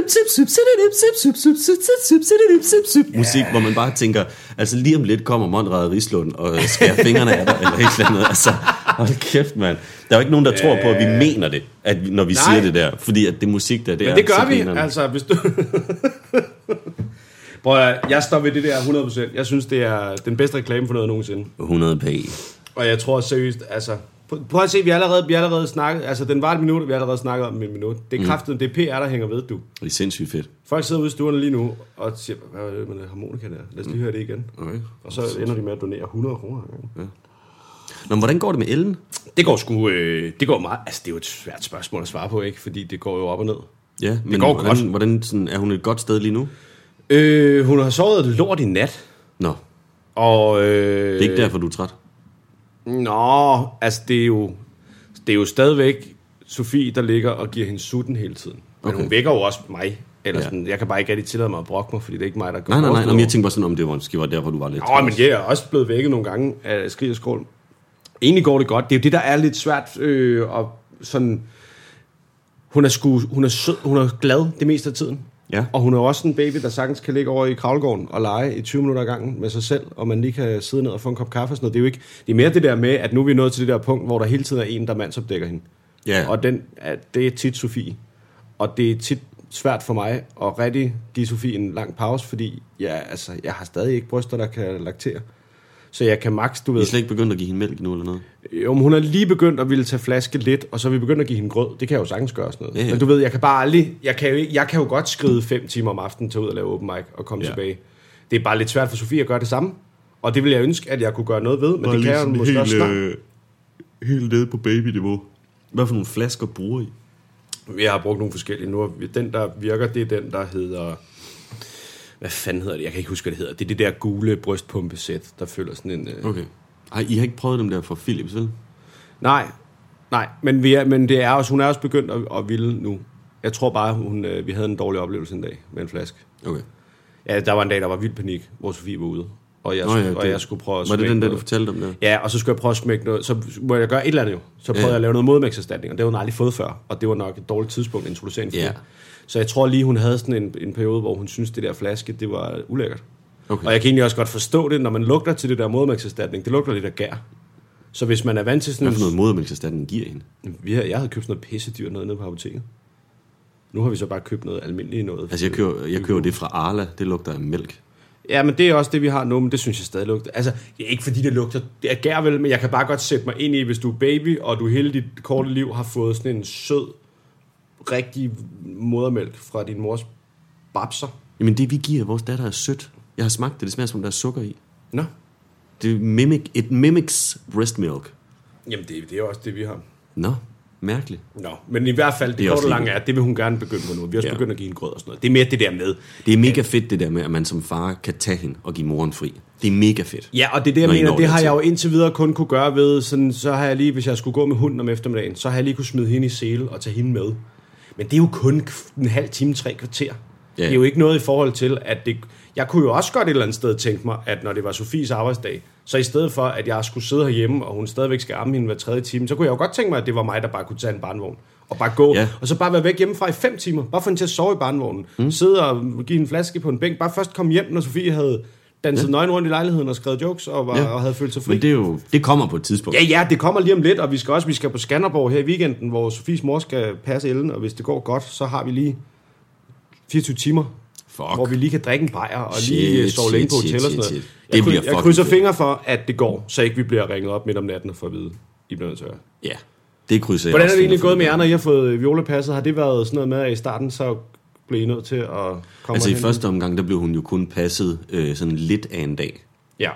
S2: musik, hvor man bare tænker, altså lige om lidt kommer Monrad Rislund og skærer fingrene af dig, eller et eller andet. Altså, hold kæft, mand. Der er jo ikke nogen, der tror på, at vi mener det, at vi, når vi Nej. siger det der, fordi at det musik der, det
S3: Men
S2: er...
S3: det gør vi, pinerne. Altså, hvis du... Prøv at, jeg står ved det der hundrede procent. Jeg synes, det er den bedste reklame for noget nogensinde.
S2: hundrede p.
S3: Og jeg tror seriøst, altså... Prøv at se, vi har allerede, vi har allerede snakket... Altså, den var et minut, og vi har allerede snakket om en minut. Det er kraftigt, mm. det er P R, der hænger ved, du.
S2: Det er sindssygt fedt.
S3: Folk sidder ude i stuerne lige nu og siger, hvad er det med det harmonika der? Lad os lige høre det igen. Okay. Og så ender de med at donere hundrede kroner. Ja.
S2: Nå, men hvordan går det med Ellen?
S3: Det går sgu... Øh, det går meget... Altså, det er jo et svært spørgsmål at svare på, ikke? Fordi det går jo op og ned.
S2: Ja, men det går hvordan, godt. Hvordan sådan, er hun et godt sted lige nu?
S3: Øh, hun har sovet lort i nat.
S2: Nå.
S3: Og... Øh,
S2: det er ikke derfor, du er træt?
S3: Nå, altså det er jo... Det er jo stadigvæk Sofie, der ligger og giver hende sutten hele tiden. Men okay. Hun vækker jo også mig. Eller sådan, ja. Jeg kan bare ikke rigtig tillade mig at brokke mig, fordi det er ikke mig, der gør
S2: Nej, nej, nej. nej men jeg tænker bare sådan, om det var måske var der, hvor du var lidt...
S3: Nå, men jeg er også blevet vækket nogle gange af skrig og skrål. Egentlig går det godt. Det er jo det, der er lidt svært. Øh, og sådan... Hun er, sku, hun er sød, hun er glad det meste af tiden.
S2: Ja.
S3: Og hun er også en baby, der sagtens kan ligge over i kravlegården og lege i tyve minutter ad gangen med sig selv, og man lige kan sidde ned og få en kop kaffe og sådan noget. Det er jo ikke, det er mere det der med, at nu er vi nået til det der punkt, hvor der hele tiden er en, der mandsopdækker hende.
S2: Ja.
S3: Og den, det er tit Sofie. Og det er tit svært for mig at rigtig give Sofie en lang pause, fordi ja, altså, jeg har stadig ikke bryster, der kan laktere. Så jeg kan max, du ved...
S2: I er slet ikke begyndt at give hende mælk nu, eller noget?
S3: Jo, men hun har lige begyndt at ville tage flaske lidt, og så er vi begyndt at give hende grød. Det kan jeg jo sagtens gøre sådan noget. Ja, ja. Men du ved, jeg kan bare aldrig... Jeg kan, jo, jeg kan jo godt skride fem timer om aftenen til ud og lave open mic og komme ja. tilbage. Det er bare lidt svært for Sofie at gøre det samme. Og det vil jeg ønske, at jeg kunne gøre noget ved, men bare det kan jeg måske helt, også snart. Øh,
S2: helt nede på baby-niveau. Hvad for nogle flasker bruger I?
S3: Jeg har brugt nogle forskellige nu. Den, der virker, det er den, der hedder... Hvad fanden hedder det? Jeg kan ikke huske, hvad det hedder. Det er det der gule brystpumpesæt, der følger sådan en... Øh...
S2: Okay. Ej, I har ikke prøvet dem der for Philips, vel?
S3: Nej. Nej, men, vi er, men det er også, hun er også begyndt at, at ville nu. Jeg tror bare, hun, øh, vi havde en dårlig oplevelse en dag med en flaske.
S2: Okay.
S3: Ja, der var en dag, der var vild panik, hvor Sofie var ude. Og jeg,
S2: Nå, ja,
S3: skulle, og jeg skulle prøve at
S2: smække noget. Var det den der,
S3: noget.
S2: du fortalte om der?
S3: Ja, og så skulle jeg prøve at smække noget. Så må jeg gøre et eller andet jo. Så prøvede ja. jeg at lave noget modmægtserstatning, og det var hun aldrig fået før. Og det var nok et dårligt tidspunkt at introducere en
S2: ja.
S3: Så jeg tror lige, hun havde sådan en, en periode, hvor hun syntes, det der flaske, det var ulækkert.
S2: Okay.
S3: Og jeg kan egentlig også godt forstå det, når man lugter til det der modermælkserstatning. Det lugter lidt af gær. Så hvis man er vant til sådan...
S2: Hvad for noget modermælkserstatning giver hende?
S3: Vi havde, jeg havde købt sådan noget pissedyr noget nede på apoteket. Nu har vi så bare købt noget almindeligt noget.
S2: Altså jeg køber, jeg køber det fra Arla, det lugter af mælk.
S3: Ja, men det er også det, vi har nu, men det synes jeg stadig lugter. Altså, det er ikke fordi, det lugter... Det er gær vel, men jeg kan bare godt sætte mig ind i, hvis du er baby, og du hele dit korte liv har fået sådan en sød, rigtig modermælk fra din mors babser.
S2: Jamen det, vi giver vores datter, er sødt. Jeg har smagt det, det smager som, der er sukker i.
S3: Nå.
S2: Det mimic, it mimics breast milk.
S3: Jamen, det, det er også det, vi har.
S2: Nå, mærkeligt.
S3: Nå, men i hvert fald, det, det korte og lange er, at det vil hun gerne begynde på nu. Vi har også ja. begyndt at give hende grød og sådan noget. Det er mere det der med.
S2: Det er mega fedt, det der med, at man som far kan tage hende og give moren fri. Det er mega fedt.
S3: Ja, og det er det, jeg mener, det har jeg jo indtil videre kun kunne gøre ved, sådan, så har jeg lige, hvis jeg skulle gå med hunden om eftermiddagen, så har jeg lige kunne smide hende i sele og tage hende med. Men det er jo kun en halv time, tre kvarter. Ja. Det er jo ikke noget i forhold til, at det... Jeg kunne jo også godt et eller andet sted tænke mig, at når det var Sofies arbejdsdag, så i stedet for, at jeg skulle sidde herhjemme, og hun stadigvæk skal amme hende hver tredje time, så kunne jeg jo godt tænke mig, at det var mig, der bare kunne tage en barnevogn og bare gå, ja. og så bare være væk hjemmefra i fem timer, bare få hende til at sove i barnevognen, mm. sidde og give hende en flaske på en bænk, bare først komme hjem, når Sofie havde danset ja. nøgen rundt i lejligheden og skrevet jokes og, var, ja. og havde følt sig fri.
S2: Men det er jo, det kommer på et tidspunkt.
S3: Ja, ja, det kommer lige om lidt, og vi skal også vi skal på Skanderborg her i weekenden, hvor Sofies mor skal passe Ellen, og hvis det går godt, så har vi lige fireogtyve timer,
S2: Fuck.
S3: hvor vi lige kan drikke en bajer og shit, lige sove længe på hotel og sådan noget.
S2: Shit,
S3: shit. Jeg, kryd, jeg krydser fingre for, at det går, så ikke vi bliver ringet op midt om natten for at vide, I bliver nødt til at høre.
S2: Ja, det krydser jeg.
S3: Hvordan er det egentlig gået med jer, når I har fået violepasset? Har det været sådan noget med, at i starten så blev I nødt til at komme
S2: Altså i første omgang, der blev hun jo kun passet øh, sådan lidt af en dag.
S3: Ja.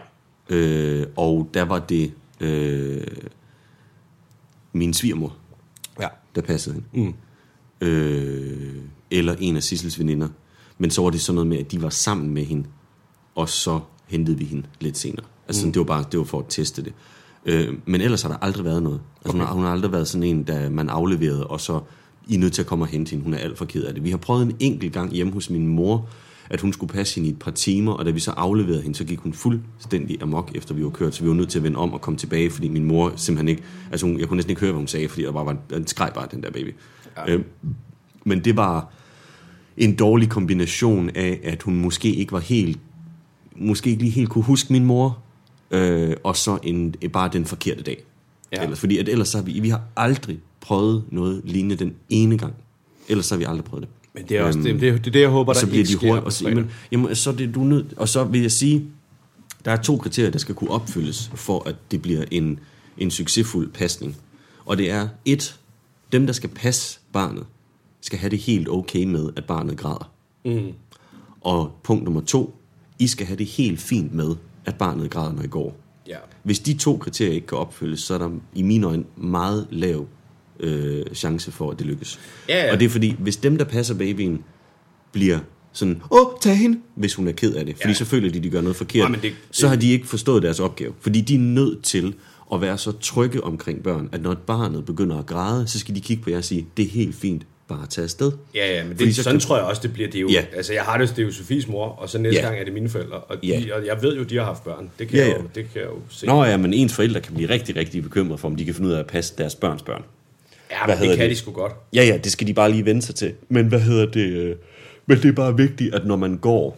S2: Øh, og der var det øh, min svigermor.
S3: Ja.
S2: der passede hende. Mm. Øh, eller en af Sissels veninder. Men så var det sådan noget med, at de var sammen med hende, og så hentede vi hende lidt senere. Altså, mm. det var bare det var for at teste det. Øh, men ellers har der aldrig været noget. Altså, okay. hun, har, hun har aldrig været sådan en, der man afleverede, og så I er nødt til at komme og hente hende. Hun er alt for ked af det. Vi har prøvet en enkelt gang hjemme hos min mor, at hun skulle passe hende i et par timer, og da vi så afleverede hende, så gik hun fuldstændig amok, efter vi var kørt, så vi var nødt til at vende om og komme tilbage, fordi min mor simpelthen ikke, altså hun, jeg kunne næsten ikke høre, hvad hun sagde, fordi der bare var en, en skreg bare, den der baby. Ja. Øh, men det var en dårlig kombination af, at hun måske ikke var helt, måske ikke lige helt kunne huske min mor, øh, og så en, bare den forkerte dag. Ja. Ellers, fordi at ellers har vi, vi har aldrig prøvet noget lignende den ene gang. Ellers har vi aldrig prøvet det.
S3: Men det er også øhm, det, det, det, det, jeg håber, der
S2: så
S3: ikke
S2: de sker. Og så, jamen, jamen, så det, du nød, og så vil jeg sige, der er to kriterier, der skal kunne opfyldes, for at det bliver en, en succesfuld pasning. Og det er, et, dem der skal passe barnet, skal have det helt okay med, at barnet græder. Mm. Og punkt nummer to, I skal have det helt fint med, at barnet græder, når I går. Yeah. Hvis de to kriterier ikke kan opfyldes, så er der i mine øjne meget lav øh, chance for, at det lykkes. Yeah, yeah. Og det er fordi, hvis dem, der passer babyen, bliver sådan, åh, tag hende, hvis hun er ked af det. Fordi yeah. så føler de, de gør noget forkert. Ja, det, det, så har de ikke forstået deres opgave. Fordi de er nødt til at være så trygge omkring børn, at når barnet begynder at græde, så skal de kigge på jer og sige, det er helt fint, bare tage afsted.
S3: Ja, ja, men det, sådan kan... tror jeg også, det bliver det jo. Ja. Altså, jeg har det, det er jo Sofies mor, og så næste ja. gang er det mine forældre. Og, de, ja. og jeg ved jo, de har haft børn. Det kan, ja, ja. Jeg, jo, det kan jeg jo se.
S2: Nå ja, men ens forældre kan blive rigtig, rigtig bekymret for, om de kan finde ud af at passe deres børns børn.
S3: Ja, men det kan det? de sgu godt.
S2: Ja, ja, det skal de bare lige vende sig til. Men hvad hedder det? Men det er bare vigtigt, at når man går,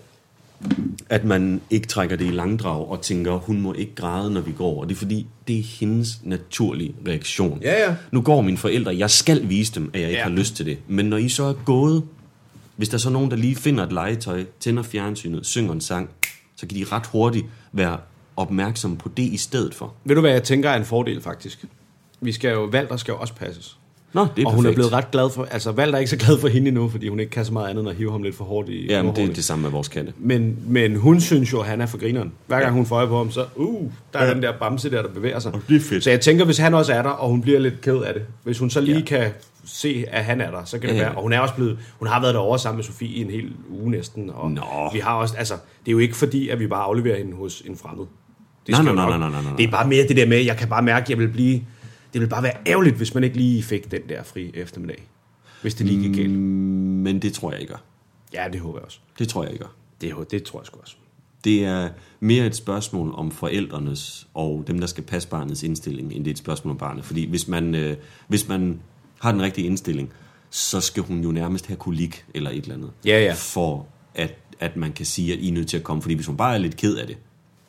S2: at man ikke trækker det i langdrag og tænker, hun må ikke græde, når vi går. Og det er fordi, det er hendes naturlige reaktion.
S3: Ja, ja.
S2: Nu går mine forældre, jeg skal vise dem, at jeg ikke ja. har lyst til det. Men når I så er gået, hvis der er så nogen, der lige finder et legetøj, tænder fjernsynet, synger en sang, så kan de ret hurtigt være opmærksomme på det i stedet for.
S3: Ved du, hvad jeg tænker er en fordel, faktisk? Vi skal jo, Valter skal jo også passes.
S2: Nå, det er
S3: og hun er blevet ret glad for, altså Valter er ikke så glad for hende endnu, fordi hun ikke kan så meget andet end at hive ham lidt for hårdt i.
S2: Ja, men det er det samme med vores katte.
S3: Men, men hun synes jo, at han er for grineren. Hver gang ja. hun får øje på ham, så uh, der er ja. den der bamse der, der bevæger sig.
S2: Det er fedt.
S3: Så jeg tænker, hvis han også er der, og hun bliver lidt ked af det, hvis hun så lige ja. kan se, at han er der, så kan det ja, ja. være. Og hun er også blevet, hun har været derovre sammen med Sofie i en hel uge næsten. Og
S2: Nå.
S3: vi har også, altså, det er jo ikke fordi, at vi bare afleverer hende hos en fremmed. Det
S2: nej, nej, nej, nej, nej, nej.
S3: Det er bare mere det der med, jeg kan bare mærke, at jeg vil blive... Det vil bare være ærgerligt, hvis man ikke lige fik den der fri eftermiddag. Hvis det lige gik galt.
S2: Men det tror jeg ikke gør.
S3: Ja, det håber jeg også.
S2: Det tror jeg ikke gør.
S3: Det, det tror jeg sgu også.
S2: Det er mere et spørgsmål om forældrenes og dem, der skal passe barnets indstilling, end det er et spørgsmål om barnet. Fordi hvis man, øh, hvis man har den rigtige indstilling, så skal hun jo nærmest have kolik eller et eller andet.
S3: Ja, ja.
S2: For at, at man kan sige, at I er nødt til at komme. Fordi hvis hun bare er lidt ked af det,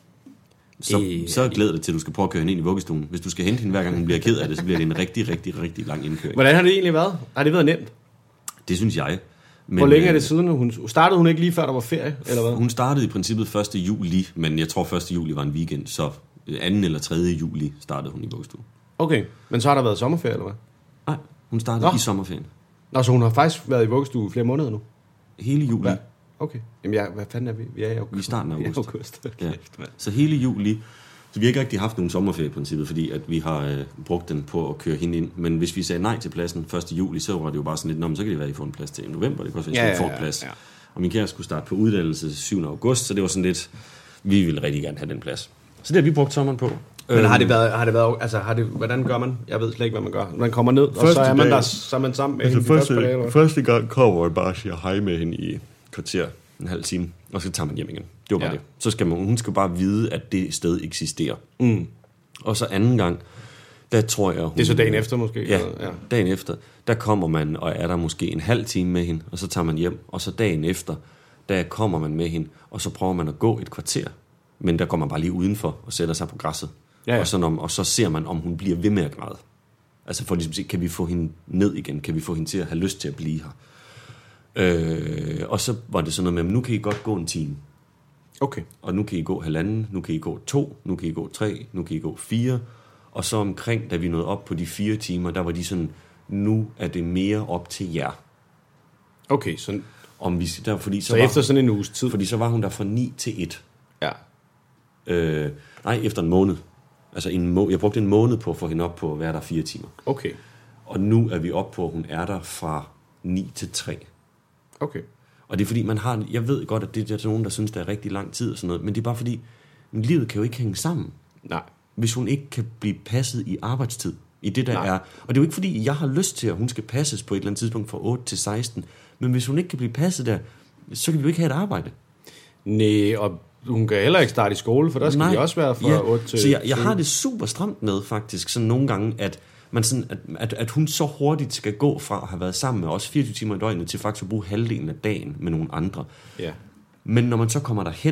S2: Så, øh, så glæder det til, at du skal prøve at køre hende ind i vuggestuen. Hvis du skal hente hende, hver gang hun bliver ked af det, så bliver det en rigtig, rigtig, rigtig lang indkøring.
S3: Hvordan har det egentlig været? Har det været nemt?
S2: Det synes jeg. Men,
S3: hvor længe er det siden? Hun, startede hun ikke lige før der var ferie? Eller hvad?
S2: Hun startede i princippet første juli, men jeg tror første juli var en weekend, så anden eller tredje juli startede hun i vuggestuen.
S3: Okay, men så har der været sommerferie, eller hvad?
S2: Nej, hun startede Nå. i sommerferien.
S3: Nå, så hun har faktisk været i vuggestue flere måneder nu?
S2: Hele juli.
S3: Hvad? Okay. Jamen, ja, hvad fanden er vi? Vi er i august.
S2: Vi er starten af august.
S3: august. Okay.
S2: Ja. Så hele juli. Så vi har ikke rigtig haft nogen sommerferie i princippet, fordi at vi har øh, brugt den på at køre hende ind. Men hvis vi sagde nej til pladsen første juli, så var det jo bare sådan lidt, nå, men så kan det være, at I får en plads til i november. Det kan også være, at I ja, får en plads. Ja, ja. Og min kæreste skulle starte på uddannelse syvende august, så det var sådan lidt, vi ville rigtig gerne have den plads. Så det har vi brugt sommeren på.
S3: Men har det været, har det været, altså har det, hvordan gør man? Jeg ved slet ikke, hvad man gør. Man kommer ned, første og så er man dag, der så er man sammen med
S2: altså
S3: hende
S2: første,
S3: de første dage,
S2: første gang kommer man bare og siger hej med hende i kvarter, en halv time, og så tager man hjem igen. Det var bare ja. det. Så skal man, hun skal bare vide, at det sted eksisterer. Mm. Og så anden gang, der tror jeg... Hun,
S3: det er så dagen efter måske?
S2: Ja, ja, dagen efter. Der kommer man, og er der måske en halv time med hende, og så tager man hjem. Og så dagen efter, der kommer man med hende, og så prøver man at gå et kvarter. Men der går man bare lige udenfor og sætter sig på græsset. Ja, ja. Og, så når, og så ser man, om hun bliver ved med at græde. Altså for ligesom at se, kan vi få hende ned igen? Kan vi få hende til at have lyst til at blive her? Øh, og så var det sådan noget med, nu kan I godt gå en time.
S3: Okay.
S2: Og nu kan I gå halvanden, nu kan I gå to, nu kan I gå tre, nu kan I gå fire. Og så omkring, da vi nåede op på de fire timer, der var de sådan, nu er det mere op til jer.
S3: Okay, så...
S2: Om vi, der, fordi så,
S3: så efter
S2: hun,
S3: sådan en uges tid?
S2: Fordi så var hun der fra ni til et.
S3: Ja.
S2: Øh, nej, efter en måned. Altså en må, jeg brugte en måned på at få hende op på at være der fire timer.
S3: Okay.
S2: Og nu er vi oppe på, at hun er der fra ni til tre.
S3: Okay.
S2: Og det er fordi, man har... Jeg ved godt, at det er nogen, der synes, det er rigtig lang tid og sådan noget, men det er bare fordi, livet kan jo ikke hænge sammen.
S3: Nej.
S2: Hvis hun ikke kan blive passet i arbejdstid. I det, der
S3: Nej.
S2: er. Og det er jo ikke fordi, jeg har lyst til, at hun skal passes på et eller andet tidspunkt fra otte til seksten. Men hvis hun ikke kan blive passet der, så kan vi jo ikke have et arbejde.
S3: Nej, og hun kan heller ikke starte i skole, for der skal
S2: Nej.
S3: de også være fra
S2: Ja.
S3: otte til
S2: Så jeg, jeg har det super stramt med faktisk, sådan nogle gange, at, man sådan, at, at, at hun så hurtigt skal gå fra at have været sammen med os fireogtyve timer i døgnet, til faktisk at bruge halvdelen af dagen med nogle andre.
S3: Ja.
S2: Men når man så kommer derhen,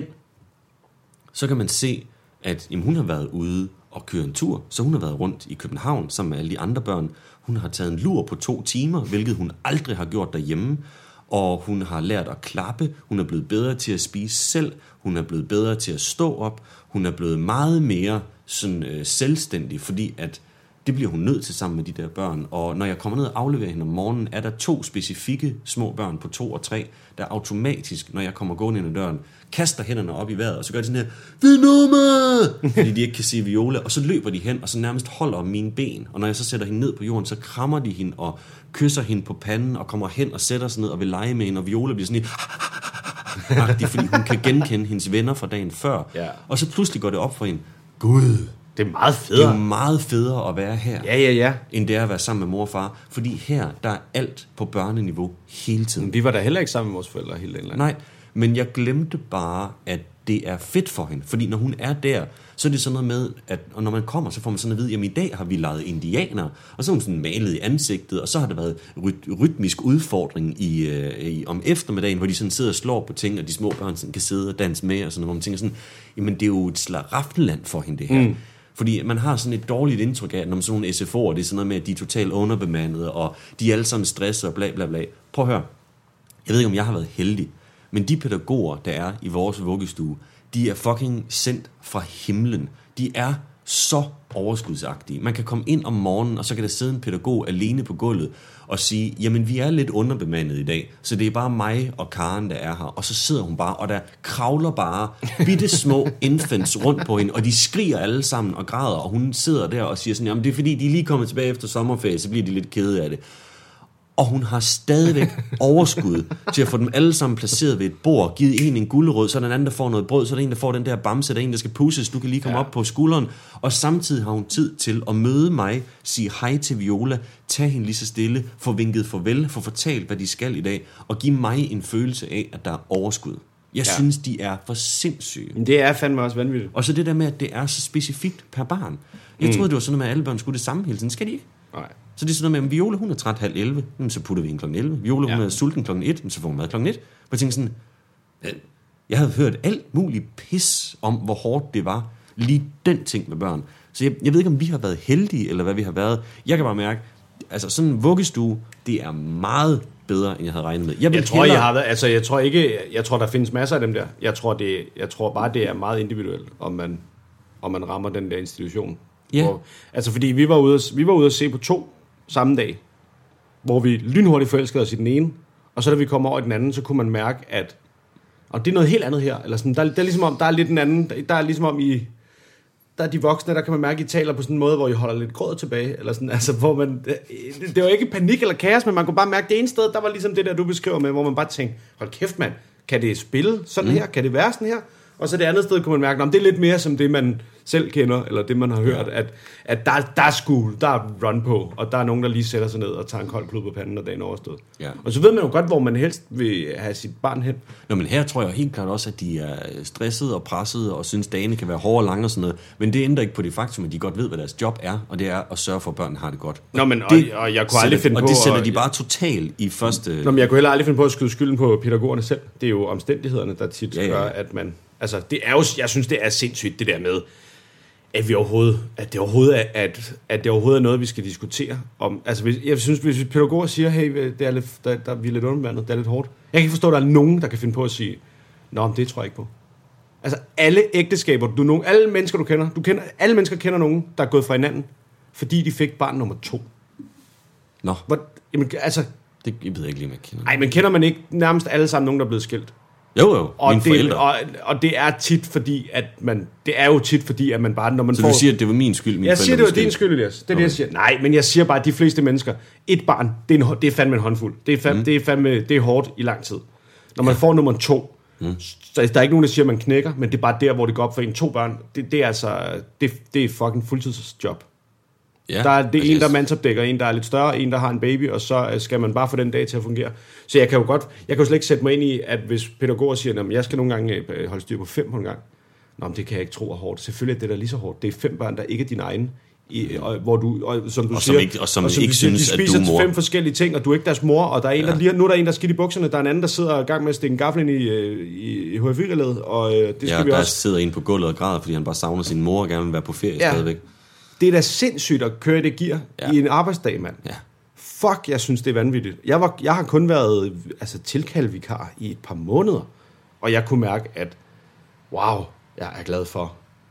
S2: så kan man se, at jamen, hun har været ude og køre en tur, så hun har været rundt i København sammen med alle de andre børn. Hun har taget en lur på to timer, hvilket hun aldrig har gjort derhjemme. Og hun har lært at klappe, hun er blevet bedre til at spise selv, hun er blevet bedre til at stå op, hun er blevet meget mere sådan, øh, selvstændig, fordi at det bliver hun nødt til sammen med de der børn. Og når jeg kommer ned og afleverer hende om morgenen, er der to specifikke små børn på to og tre, der automatisk, når jeg kommer gående ind ad døren, kaster hænderne op i vejret, og så gør de sådan her, Vinoma! Fordi de ikke kan sige Viola, og så løber de hen, og så nærmest holder om mine ben. Og når jeg så sætter hende ned på jorden, så krammer de hende og kysser hende på panden, og kommer hen og sætter sig ned og vil lege med hende, og Viola bliver sådan helt, fordi hun kan genkende hendes venner fra dagen før.
S3: Ja.
S2: Og så pludselig går det op for hende, Gud,
S3: Det er meget
S2: det er
S3: federe.
S2: jo meget federe at være her,
S3: Ja, ja, ja.
S2: end det er at være sammen med mor og far. Fordi her, der er alt på børneniveau hele tiden.
S3: Men vi var da heller ikke sammen med vores forældre hele dagen lang.
S2: Nej, men jeg glemte bare, at det er fedt for hende. Fordi når hun er der, så er det sådan noget med, at og når man kommer, så får man sådan at vide, jamen i dag har vi leget indianer, og så er hun sådan malet i ansigtet, og så har der været ryt- rytmisk udfordring i, øh, i, om eftermiddagen, hvor de sådan sidder og slår på ting, og de små børn sådan kan sidde og danse med, og sådan noget, hvor man tænker sådan, jamen det er jo et slaraffenland for hende det her. Mm. Fordi man har sådan et dårligt indtryk af, at når man sådan nogle S F O'er, det er sådan noget med, at de er totalt underbemandede, og de er alle sammen stresset og bla bla bla. Prøv at høre. Jeg ved ikke, om jeg har været heldig, men de pædagoger, der er i vores vuggestue, de er fucking sendt fra himlen. De er så overskudsagtige. Man kan komme ind om morgenen, og så kan der sidde en pædagog alene på gulvet og sige, jamen vi er lidt underbemandet i dag, så det er bare mig og Karen, der er her. Og så sidder hun bare, og der kravler bare bitte små infants rundt på hende, og de skriger alle sammen og græder, og hun sidder der og siger sådan, jamen det er fordi, de er lige kommet tilbage efter sommerferie, så bliver de lidt kede af det. Og hun har stadigvæk overskud til at få dem alle sammen placeret ved et bord, givet en en gulerod, så er der en anden, der får noget brød, så er der en, der får den der bamse, der er en, der skal pusses, du kan lige komme ja. op på skulderen, og samtidig har hun tid til at møde mig, sige hej til Viola, tage hende lige så stille, få vinket farvel, få fortalt, hvad de skal i dag, og give mig en følelse af, at der er overskud. Jeg ja. synes, de er for sindssyge.
S3: Men det er fandme også vanvittigt.
S2: Og så det der med, at det er så specifikt per barn. Jeg mm. troede, det var sådan, at alle børn skulle det samme hele tiden. Skal de ikke?
S3: Nej.
S2: Så det er sådan noget med, at Viola, hun er træt halv elleve, så putter vi en klokken elleve. Viola, ja. hun er sulten klokken et, så får hun mad klokken et. Og jeg tænkte sådan, jeg havde hørt alt muligt pis om, hvor hårdt det var, lige den ting med børn. Så jeg, jeg ved ikke, om vi har været heldige, eller hvad vi har været. Jeg kan bare mærke, altså sådan en vuggestue, det er meget bedre, end jeg havde regnet med. Jeg,
S3: Jeg tror,
S2: hellere...
S3: jeg har været, altså jeg tror ikke, jeg tror der findes masser af dem der. Jeg tror det, jeg tror bare det er meget individuelt, om man, om man rammer den der institution.
S2: Ja.
S3: Hvor, altså fordi vi var ude, vi var ude at se på to samme dag, hvor vi lynhurtigt forelskede os i den ene, og så da vi kom over i den anden, så kunne man mærke, at og det er noget helt andet her. Eller sådan, der, der er ligesom om, der er lidt en anden, der er ligesom om i, der er de voksne, der kan man mærke, at I taler på sådan en måde, hvor I holder lidt gråd tilbage, eller sådan, altså hvor man, det, det var ikke panik eller kaos, men man kunne bare mærke, det ene sted, der var ligesom det der, du beskriver med, hvor man bare tænkte, hold kæft mand, kan det spille sådan mm. her, kan det være sådan her? Og så det andet sted kunne man mærke, om det er lidt mere som det, man selv kender, eller det, man har hørt, at, at der, der er school, der er run på, og der er nogen, der lige sætter sig ned og tager en kold klud på panden, når dagen er overstået.
S2: Ja.
S3: Og så ved man jo godt, hvor man helst vil have sit barn hen.
S2: Nå, men her tror jeg helt klart også, at de er stressede og pressede, og synes, dagene kan være hårde og lange og sådan noget. Men det ændrer ikke på det faktum, at de godt ved, hvad deres job er, og det er at sørge for, at børnene har det godt.
S3: Nå, men, og,
S2: det
S3: og jeg kunne aldrig finde
S2: og
S3: på...
S2: Og det sætter
S3: og,
S2: de bare totalt i første...
S3: Nå, men jeg kunne heller aldrig finde på at skyde skylden på pædagogerne selv. Det er jo omstændighederne, der tit
S2: Ja, ja.
S3: gør, at man... Altså, det er jo, jeg synes, det er sindssygt, det der med, at vi overhovedet, at det overhovedet er, at, at det overhovedet er noget, vi skal diskutere om. Altså, hvis, jeg synes, hvis pædagoger siger, hey, det er lidt, der, der, vi er lidt undervandet, det er lidt hårdt. Jeg kan ikke forstå, at der er nogen, der kan finde på at sige, nå, men det tror jeg ikke på. Altså, alle ægteskaber, du, nogen, alle mennesker, du kender, du kender, alle mennesker kender nogen, der er gået fra hinanden, fordi de fik barn nummer to.
S2: Nå,
S3: Hvor, jamen, altså,
S2: det jeg ved jeg ikke lige, om jeg kender.
S3: ej, men kender man ikke nærmest alle sammen nogen, der er blevet skilt?
S2: Jo, jo,
S3: Og
S2: mine
S3: det,
S2: forældre.
S3: og, og det er tit fordi, at man, det er jo tit fordi, at man bare, når man
S2: Så
S3: får...
S2: du siger, at det var min skyld, mine
S3: Jeg siger, det
S2: forældre
S3: var din skyld, Elias. Det er okay. det, jeg siger. Nej, men jeg siger bare, at de fleste mennesker, et barn, det er, en, det er fandme en håndfuld. Det er fandme, mm. det er fandme, det er hårdt i lang tid. Når man ja. får nummer to, mm. så der er ikke nogen, der siger, at man knækker, men det er bare der, hvor det går op for en. To børn, det, det er altså, det, det er fucking fuldtidsjob.
S2: Ja,
S3: der er det
S2: altså,
S3: en, der er mandsopdækker, en, der er lidt større, en, der har en baby, og så skal man bare få den dag til at fungere. Så jeg kan jo godt, jeg kan jo slet ikke sætte mig ind i, at hvis pædagoger siger, at jeg skal nogle gange holde styr på fem på en gang. Nå, men det kan jeg ikke tro er hårdt. Selvfølgelig er det der lige så hårdt. Det er fem børn, der ikke er dine egne. I, og, hvor du, og, som du
S2: og
S3: siger,
S2: som ikke, og som
S3: og som
S2: ikke
S3: de,
S2: synes,
S3: de
S2: at du
S3: spiser
S2: er mor.
S3: fem forskellige ting, og du er ikke deres mor, og der er en, ja. der lige, nu er der en, der skidt i bukserne, der er en anden, der sidder i gang med at stikke en gaffel ind i, i, i H F I-relæet, og øh, det skal
S2: ja,
S3: vi
S2: der
S3: også...
S2: sidder en på gulvet og græder, fordi han bare savner sin mor og gerne vil være på ferie ja. stadigvæk.
S3: Det er da sindssygt at køre det gear ja. i en arbejdsdag, mand. Ja. Fuck, jeg synes, det er vanvittigt. Jeg, var, jeg har kun været altså, tilkaldevikar i et par måneder, og jeg kunne mærke, at wow, jeg er glad for,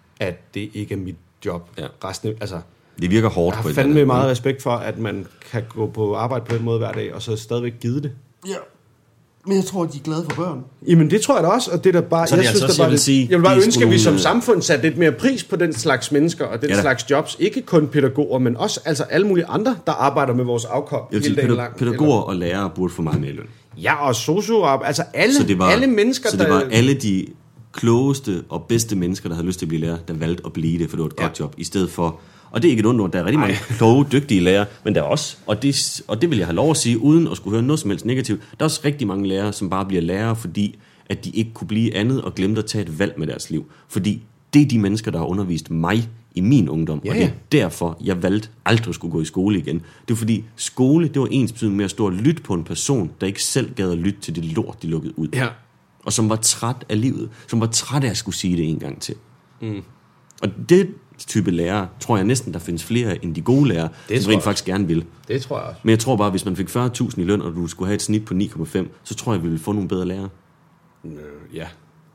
S3: at det ikke er mit job. Ja. Resten, altså,
S2: det virker hårdt
S3: på
S2: på
S3: Jeg har fandme meget respekt for, at man kan gå på arbejde på den måde hver dag, og så stadigvæk give det.
S5: Ja. Men jeg tror, at de er glade for børn.
S3: Jamen, det tror jeg da også, og det der bare...
S2: Så
S3: jeg,
S2: altså
S3: synes,
S2: også,
S3: der bare
S2: jeg vil sige,
S3: jeg vil bare ønske, at vi
S2: nogle...
S3: som samfund satte lidt mere pris på den slags mennesker, og den ja, slags jobs. Ikke kun pædagoger, men også altså alle mulige andre, der arbejder med vores afkom hele dagen lang.
S2: Pædagoger og lærere burde få meget mere løn.
S3: Ja, og socio-arbejde. Altså alle, så det var, alle mennesker,
S2: så det var der... alle de klogeste og bedste mennesker, der havde lyst til at blive lærer, der valgte at blive det, for det var et ja. godt job, i stedet for... Og det er ikke et ondt ord, der er rigtig mange kloge, dygtige lærere, men der er også, og det, og det vil jeg have lov at sige, uden at skulle høre noget som helst negativt, der er også rigtig mange lærere, som bare bliver lærere, fordi at de ikke kunne blive andet og glemte at tage et valg med deres liv. Fordi det er de mennesker, der har undervist mig i min ungdom, ja, ja. Og det er derfor, jeg valgte aldrig at skulle gå i skole igen. Det var fordi, skole, det var ens betydning med at stå og lytte på en person, der ikke selv gad at lytte til det lort, de lukkede ud. Ja. Og som var træt af livet, som var træt af at skulle sige det en gang til. Mm. Og det type lærere, tror jeg næsten, der findes flere end de gode lærere, det som rent faktisk gerne vil.
S3: Det tror jeg også.
S2: Men jeg tror bare, hvis man fik fyrre tusind i løn, og du skulle have et snit på ni komma fem, så tror jeg, vi ville få nogle bedre lærere.
S3: Øh, ja.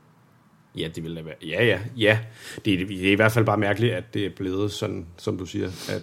S3: Ja, det ville da være. Ja, ja, ja. Det er, det er i hvert fald bare mærkeligt, at det er blevet sådan, som du siger, at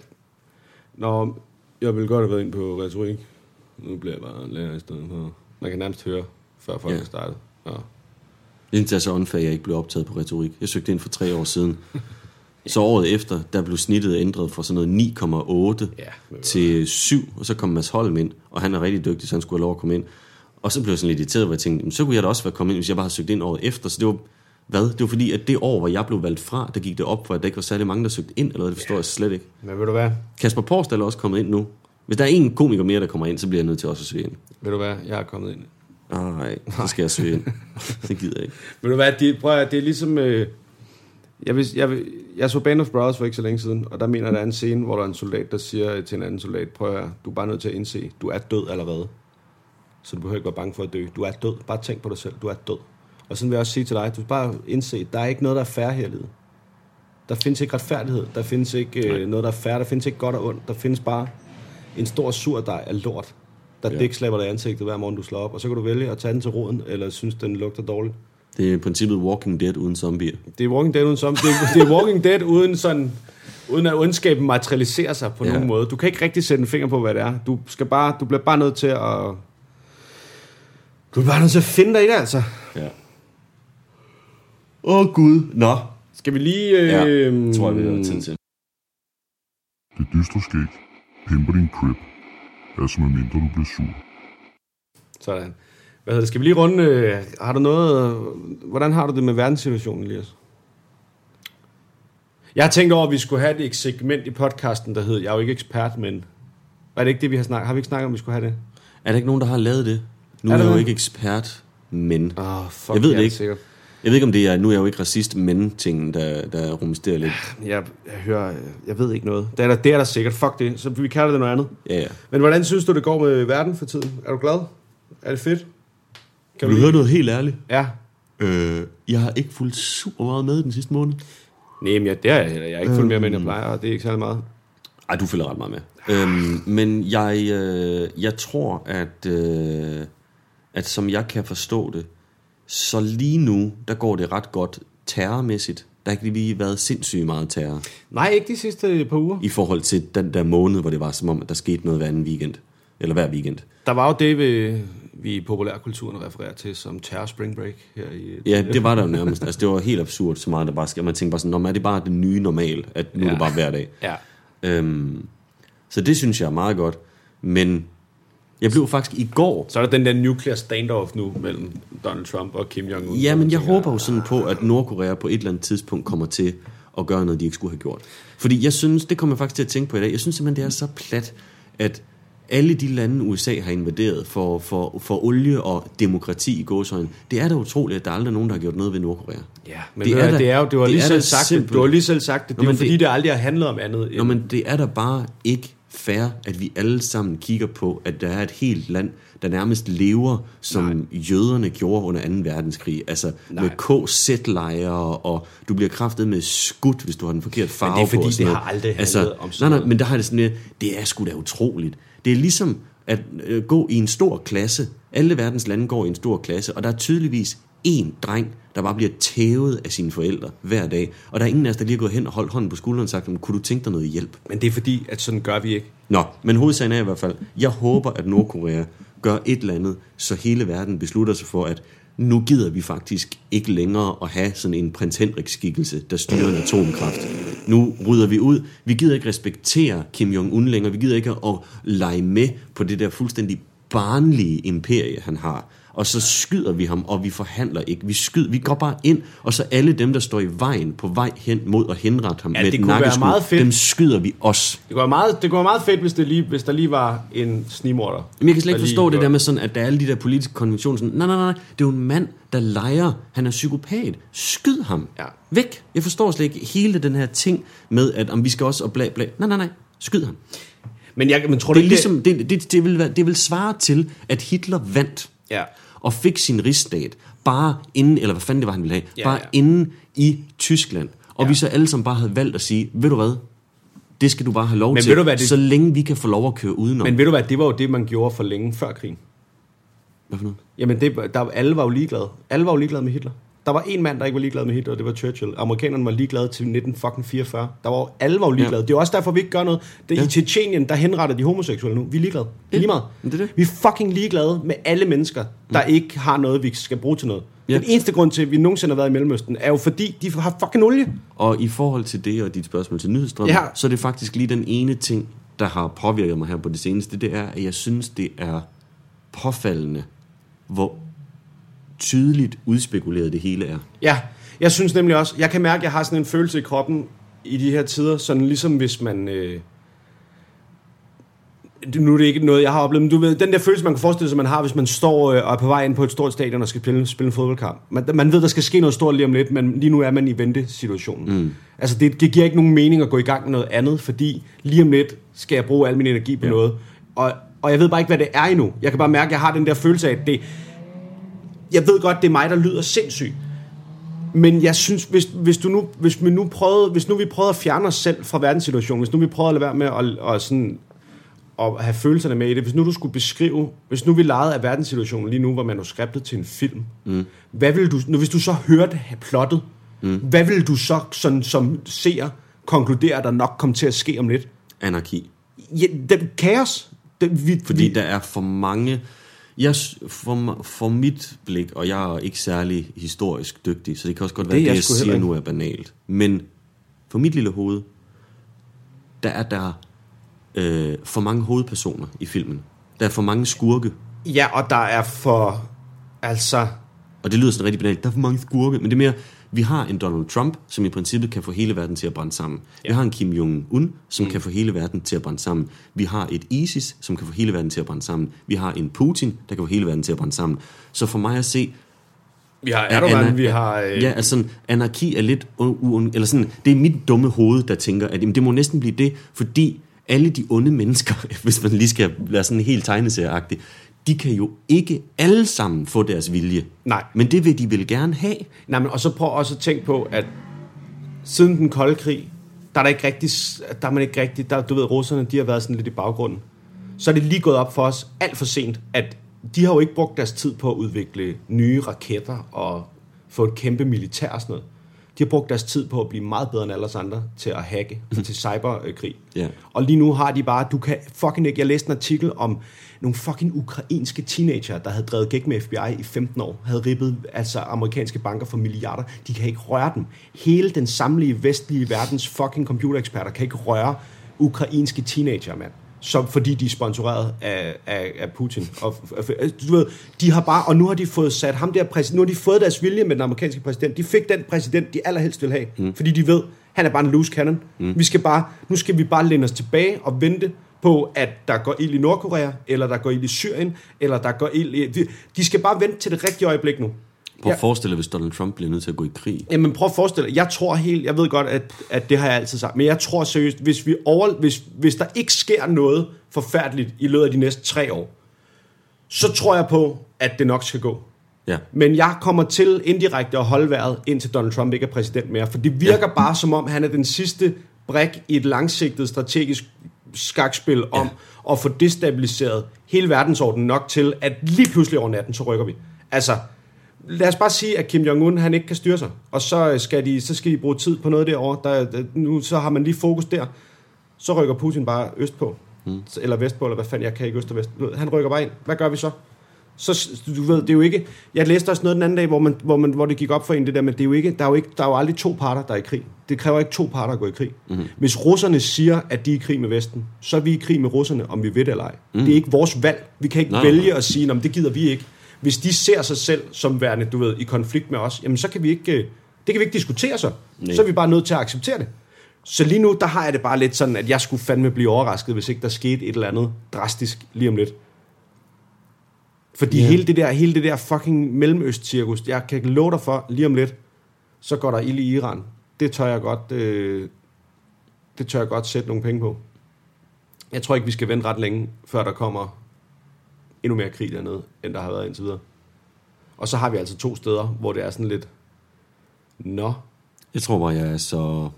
S3: når jeg ville godt have været ind på retorik, nu bliver jeg bare lærer i stedet for. Man kan nærmest høre, før folk ja. startede. Ja.
S2: Jeg synes, det er så unfair, at jeg ikke blev optaget på retorik. Jeg søgte ind for tre år siden. Så året efter, der blev snittet ændret fra sådan noget ni komma otte ja, til syv, og så kom Mads Holm ind, og han er rigtig dygtig, så han skulle have lov at komme ind. Og så blev jeg sådan lidt irriteret, hvor jeg tænkte, så kunne jeg da også være kommet ind, hvis jeg bare havde søgt ind året efter. Så det var, hvad? Det var fordi, at det år, hvor jeg blev valgt fra, der gik det op for, at der ikke var særlig mange, der søgte ind, eller det forstår ja. jeg slet ikke.
S3: Men ved du hvad?
S2: Kasper Porsdal er også kommet ind nu. Hvis der er en komiker mere, der kommer ind, så bliver jeg nødt til også at søge ind.
S3: Ved du hvad? Jeg er kommet ind.
S2: Nej, så skal jeg søge ind. Det gider jeg ikke.
S3: Ved du hvad? Det, prøv at, det er ligesom... Øh, jeg, vil, jeg, vil, jeg så Band of Brothers for ikke så længe siden, og der mener, der er en scene, hvor der er en soldat, der siger til en anden soldat, prøv at, du er bare nødt til at indse, du er død allerede. Så du behøver ikke være bange for at dø. Du er død. Bare tænk på dig selv. Du er død. Og sådan vil jeg også sige til dig, du bare indse, der er ikke noget, der er fair her i livet. Der findes ikke retfærdighed. Der findes ikke øh, noget, der er fair. Der findes ikke godt og ondt. Der findes bare en stor surdej af lort, der ja. dækslapper dig i ansigtet hver morgen, du slår op. Og så kan du vælge at tage den til roden, eller synes, den lugter dårligt.
S2: Det er i princippet Walking Dead uden zombier.
S3: Det er Walking Dead uden zombier. Det er, det er Walking Dead uden sådan... uden at ondskaben materialiserer sig på ja. nogen måde. Du kan ikke rigtig sætte en finger på, hvad det er. Du, skal bare, du bliver bare nødt til at... Du er bare nødt til at finde dig i det, altså.
S2: Ja. Åh, oh, Gud. Nå.
S3: Skal vi lige... Øh...
S2: Ja, tror jeg, vi har tid til.
S6: Det dystre skæg pimper din crib. Altså med mindre du bliver sur.
S3: Sådan. Hvad hedder det? Skal vi lige runde... Øh... Har du noget... Hvordan har du det med verdenssituationen, Elias? Jeg har tænkt over, at vi skulle have et segment i podcasten, der hedder... Jeg er jo ikke ekspert, men... Var det ikke det, vi har snakket? Har vi ikke snakket om, vi skulle have det?
S2: Er der ikke nogen, der har lavet det? Nu er, er jeg jo ikke ekspert, men...
S3: Oh, fuck,
S2: jeg ved det ikke.
S3: Sikkert.
S2: Jeg ved ikke, om det er... Nu er jeg jo ikke racist, men tingen, der, der rumsterer lidt.
S3: Jeg, jeg hører... Jeg ved ikke noget. Det er, der, det er der sikkert. Fuck det. Så vi kalder det noget andet.
S2: Ja, ja.
S3: Men hvordan synes du, det går med verden for tiden? Er du glad? Er det fedt?
S2: Kan du høre noget helt ærligt?
S3: Ja.
S2: Øh, jeg har ikke fulgt super meget med den sidste måned.
S3: Nej, men jeg, det er jeg heller. Jeg har ikke fulgt mere med, end jeg plejer, og det er ikke særlig meget.
S2: Ej, du følger ret meget med. Øhm, men jeg, øh, jeg tror, at, øh, at som jeg kan forstå det, så lige nu, der går det ret godt terrormæssigt. Der har ikke lige været sindssygt meget terror.
S3: Nej, ikke de sidste par uger.
S2: I forhold til den der måned, hvor det var som om, at der skete noget hver anden weekend. Eller hver weekend.
S3: Der var jo det ved, vi i populærkulturen refererer til som terror spring break her i...
S2: Ja, det var der jo nærmest. Altså, det var helt absurd, så meget der bare sker. Man tænker bare sådan, nå, men er det bare det nye normal, at nu ja. er det bare hver dag.
S3: Ja.
S2: Øhm, så det synes jeg er meget godt. Men jeg blev faktisk i går...
S3: Så er der den der nuclear standoff nu mellem Donald Trump og Kim Jong-un.
S2: Ja, men jeg håber jo sådan på, at Nordkorea på et eller andet tidspunkt kommer til at gøre noget, de ikke skulle have gjort. Fordi jeg synes, det kommer jeg faktisk til at tænke på i dag, jeg synes simpelthen, det er så plat, at alle de lande, U S A har invaderet for, for, for olie og demokrati i gåseøjne, det er da utroligt, at der aldrig er nogen, der har gjort noget ved Nordkorea.
S3: Ja, men det, er, da, det er jo, du har lige selv sagt det, du har lige selv sagt det, det er jo fordi, det, det aldrig har handlet om andet.
S2: Nå, men det er da bare ikke fair, at vi alle sammen kigger på, at der er et helt land, der nærmest lever, som Nej. jøderne gjorde under anden verdenskrig. Altså Nej. med K Z-lejre, og du bliver kraftet med skudt, hvis du har den forkerte farve på.
S3: Men det er fordi, det har aldrig handlet
S2: altså,
S3: om sådan
S2: nej, nej, men der har det sådan, det er sgu da utroligt. Det er ligesom at øh, gå i en stor klasse. Alle verdens lande går i en stor klasse, og der er tydeligvis én dreng, der bare bliver tævet af sine forældre hver dag. Og der er ingen af os, der lige er gået hen og holdt hånden på skulderen og sagt, kunne du tænke dig noget hjælp?
S3: Men det er fordi, at sådan gør vi ikke.
S2: Nå, men hovedsagen er i hvert fald, jeg håber, at Nordkorea gør et eller andet, så hele verden beslutter sig for, at nu gider vi faktisk ikke længere at have sådan en prins Henrik-skikkelse, der styrer en atomkraft. Nu rydder vi ud. Vi gider ikke respektere Kim Jong-un længere. Vi gider ikke at lege med på det der fuldstændig barnlige imperie, han har. Og så skyder vi ham, og vi forhandler ikke. Vi skyder, vi går bare ind, og så alle dem, der står i vejen på vej hen mod at henrette ham
S3: ja,
S2: med et nakkeskud, dem skyder vi også.
S3: Det kunne være meget, det kunne være meget fedt, hvis, det lige, hvis der lige var en snigmorder.
S2: Men jeg kan slet ikke forstå det der med sådan, at der er alle de der politiske konventioner. Sådan, nej, nej, nej, det er jo en mand, der leger. Han er psykopat. Skyd ham.
S3: Ja.
S2: Væk. Jeg forstår slet ikke hele den her ting med, at om vi skal også og bla bla. Nej, nej, nej. Skyd ham.
S3: Men jeg men tror
S2: det,
S3: det,
S2: ligesom, det, det, det, vil, det vil svare til, at Hitler vandt.
S3: Ja.
S2: Og fik sin rigsstat bare inden, eller hvad fanden det var, han ville have,
S3: ja,
S2: bare
S3: ja.
S2: inden i Tyskland. Og ja. vi så alle sammen bare havde valgt at sige, ved du hvad, det skal du bare have lov
S3: men
S2: til,
S3: hvad, det...
S2: så længe vi kan få lov at køre udenom.
S3: Men ved du hvad, det var jo det, man gjorde for længe før krigen.
S2: Hvad for noget?
S3: Jamen, det, der, alle var jo ligeglade. Alle var jo ligeglade med Hitler. Der var en mand, der ikke var ligeglad med Hitler, og det var Churchill. Amerikanerne var ligeglade til nitten fireogfyrre. Der var alle var jo ligeglade. Ja. Det er også derfor, vi ikke gør noget. Det, ja. I Tjetjenien, der henretter de homoseksuelle nu. Vi er ligeglade. Ja. Lige meget.
S2: Det er det.
S3: Vi er fucking ligeglade med alle mennesker, der mm. ikke har noget, vi skal bruge til noget. Ja. Den eneste grund til, at vi nogensinde har været i Mellemøsten, er jo fordi, de har fucking olie.
S2: Og i forhold til det, og dit spørgsmål til nyhedsstrømmen, ja. så er det faktisk lige den ene ting, der har påvirket mig her på det seneste, det er, at jeg synes, det er påfaldende, hvor tydeligt udspekuleret det hele er.
S3: Ja, jeg synes nemlig også, jeg kan mærke, at jeg har sådan en følelse i kroppen i de her tider, sådan ligesom hvis man, øh, nu er det ikke noget, jeg har oplevet, men du ved, den der følelse, man kan forestille sig, man har, hvis man står øh, og er på vej ind på et stort stadion og skal spille, spille en fodboldkamp. Man, man ved, der skal ske noget stort lige om lidt, men lige nu er man i ventesituationen. Mm. Altså, det, det giver ikke nogen mening at gå i gang med noget andet, fordi lige om lidt skal jeg bruge al min energi på ja. noget. Og, og jeg ved bare ikke, hvad det er endnu. Jeg kan bare mærke, at jeg har den der følelse af, at det... Jeg ved godt, det er mig, der lyder sindssygt. Men jeg synes, hvis, hvis, du nu, hvis, vi nu prøvede, hvis nu vi prøvede at fjerne os selv fra verdenssituationen, hvis nu vi prøvede at lade være med at, at, sådan, at have følelserne med i det, hvis nu du skulle beskrive, hvis nu vi legede af verdenssituationen lige nu, var manuskriptet til en film, mm. hvad ville du, nu, hvis du så hørte plottet, mm. hvad ville du så sådan, som seer konkludere, der nok kom til at ske om lidt?
S2: Anarki.
S3: Ja, det, kaos. Det, vi,
S2: Fordi
S3: vi,
S2: der er for mange... Jeg, for, for mit blik, og jeg er ikke særlig historisk dygtig, så det kan også godt være, det, det jeg, jeg siger nu er banalt. Men for mit lille hoved, der er der øh, for mange hovedpersoner i filmen. Der er for mange skurke.
S3: Ja, og der er for... Altså...
S2: Og det lyder sådan rigtig banalt. Der er for mange skurke, men det er mere... Vi har en Donald Trump, som i princippet kan få hele verden til at brænde sammen. Ja. Vi har en Kim Jong-un, som mm. kan få hele verden til at brænde sammen. Vi har et ISIS, som kan få hele verden til at brænde sammen. Vi har en Putin, der kan få hele verden til at brænde sammen. Så for mig at se...
S3: Vi har Erdogan, vi har... Øh...
S2: Ja, altså anarki er lidt... U- eller sådan, det er mit dumme hoved, der tænker, at jamen, det må næsten blive det, fordi alle de onde mennesker, hvis man lige skal være sådan helt tegneserieagtig, de kan jo ikke alle sammen få deres vilje.
S3: Nej.
S2: Men det vil de vel gerne have.
S3: Nej, men og så prøv også at tænke på, at siden den kolde krig, der er der ikke rigtig, der er man ikke rigtig, der, du ved, russerne, de har været sådan lidt i baggrunden. Så er det lige gået op for os alt for sent, at de har jo ikke brugt deres tid på at udvikle nye raketter og få et kæmpe militær og sådan noget. De har brugt deres tid på at blive meget bedre end alle os andre til at hacke, til cyberkrig.
S2: Ja.
S3: Og lige nu har de bare, du kan fucking ikke, jeg læste en artikel om nogle fucking ukrainske teenager, der havde drevet gæk med F B I i femten år, havde ribbet altså amerikanske banker for milliarder. De kan ikke røre dem. Hele den samlede vestlige verdens fucking computereksperter kan ikke røre ukrainske teenager, mand. Så fordi de er sponsoreret af, af, af Putin. Og, du ved, de har bare, og nu har de fået sat ham der præsident, nu har de fået deres vilje med den amerikanske præsident. De fik den præsident, de allerhelst vil have, mm. fordi de ved, han er bare en loose cannon. Mm. Vi skal bare, nu skal vi bare læne os tilbage og vente på, at der går ild i Nordkorea, eller der går ild i Syrien, eller der går ild i... De, de skal bare vente til det rigtige øjeblik nu.
S2: Prøv at forestille dig, hvis Donald Trump bliver nødt til at gå i krig.
S3: Jamen prøv at forestille dig, jeg tror helt, jeg ved godt, at, at det har jeg altid sagt, men jeg tror seriøst, hvis, vi over, hvis, hvis der ikke sker noget forfærdeligt i løbet af de næste tre år, så tror jeg på, at det nok skal gå.
S2: Ja.
S3: Men jeg kommer til indirekte at holde vejret, indtil Donald Trump ikke er præsident mere, for det virker ja. bare som om, han er den sidste brik i et langsigtet strategisk skakspil om ja. at få destabiliseret hele verdensordenen nok til, at lige pludselig over natten, så rykker vi. Altså, lad os bare sige, at Kim Jong-un, han ikke kan styre sig, og så skal de, så skal de bruge tid på noget derovre. Der, der, nu så har man lige fokus der, så rykker Putin bare østpå, mm. eller vestpå, eller hvad fanden, jeg kan ikke øst og vest. Han rykker bare ind. Hvad gør vi så? Så du ved, det er jo ikke... Jeg læste også noget den anden dag, hvor, man, hvor, man, hvor det gik op for en det der, men det er jo ikke, der er jo ikke, der er jo aldrig to parter, der er i krig. Det kræver ikke to parter at gå i krig. Mm-hmm. Hvis russerne siger, at de er i krig med Vesten, så er vi i krig med russerne, om vi ved det eller ej. Mm. Det er ikke vores valg. Vi kan ikke nej, vælge nej. at sige, det gider vi ikke. Hvis de ser sig selv som værende, du ved, i konflikt med os, jamen så kan vi ikke, det kan vi ikke diskutere så. Nej. Så er vi bare nødt til at acceptere det. Så lige nu, der har jeg det bare lidt sådan, at jeg skulle fandme blive overrasket, hvis ikke der skete et eller andet drastisk lige om lidt. Fordi yeah. hele det der, hele det der fucking Mellemøst-cirkus, jeg kan love dig for, lige om lidt, så går der ild i Iran. Det tør jeg godt, øh, det tør jeg godt sætte nogle penge på. Jeg tror ikke, vi skal vente ret længe, før der kommer endnu mere krig dernede, end der har været indtil videre. Og så har vi altså to steder, hvor det er sådan lidt, nå.
S2: Jeg tror bare, jeg er så...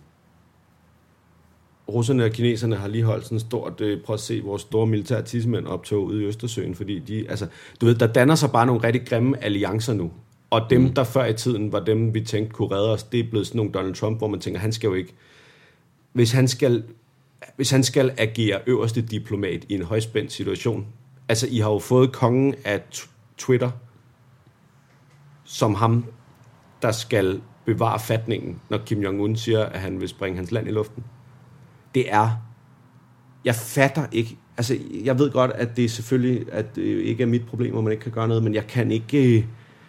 S3: Russerne og kineserne har lige holdt sådan et stort, øh, prøv at se vores store militære tissemænd optog ude i Østersøen, fordi de, altså, du ved, der danner sig bare nogle rigtig grimme alliancer nu. Og dem, mm. der før i tiden var dem, vi tænkte kunne redde os, det er blevet sådan nogle Donald Trump, hvor man tænker, han skal jo ikke... Hvis han skal, hvis han skal agere øverste diplomat i en højspændt situation, altså, I har jo fået kongen af Twitter, som ham, der skal bevare fatningen, når Kim Jong-un siger, at han vil springe hans land i luften. Det er... Jeg fatter ikke... Altså, jeg ved godt, at det selvfølgelig at det ikke er mit problem, og man ikke kan gøre noget, men jeg kan ikke...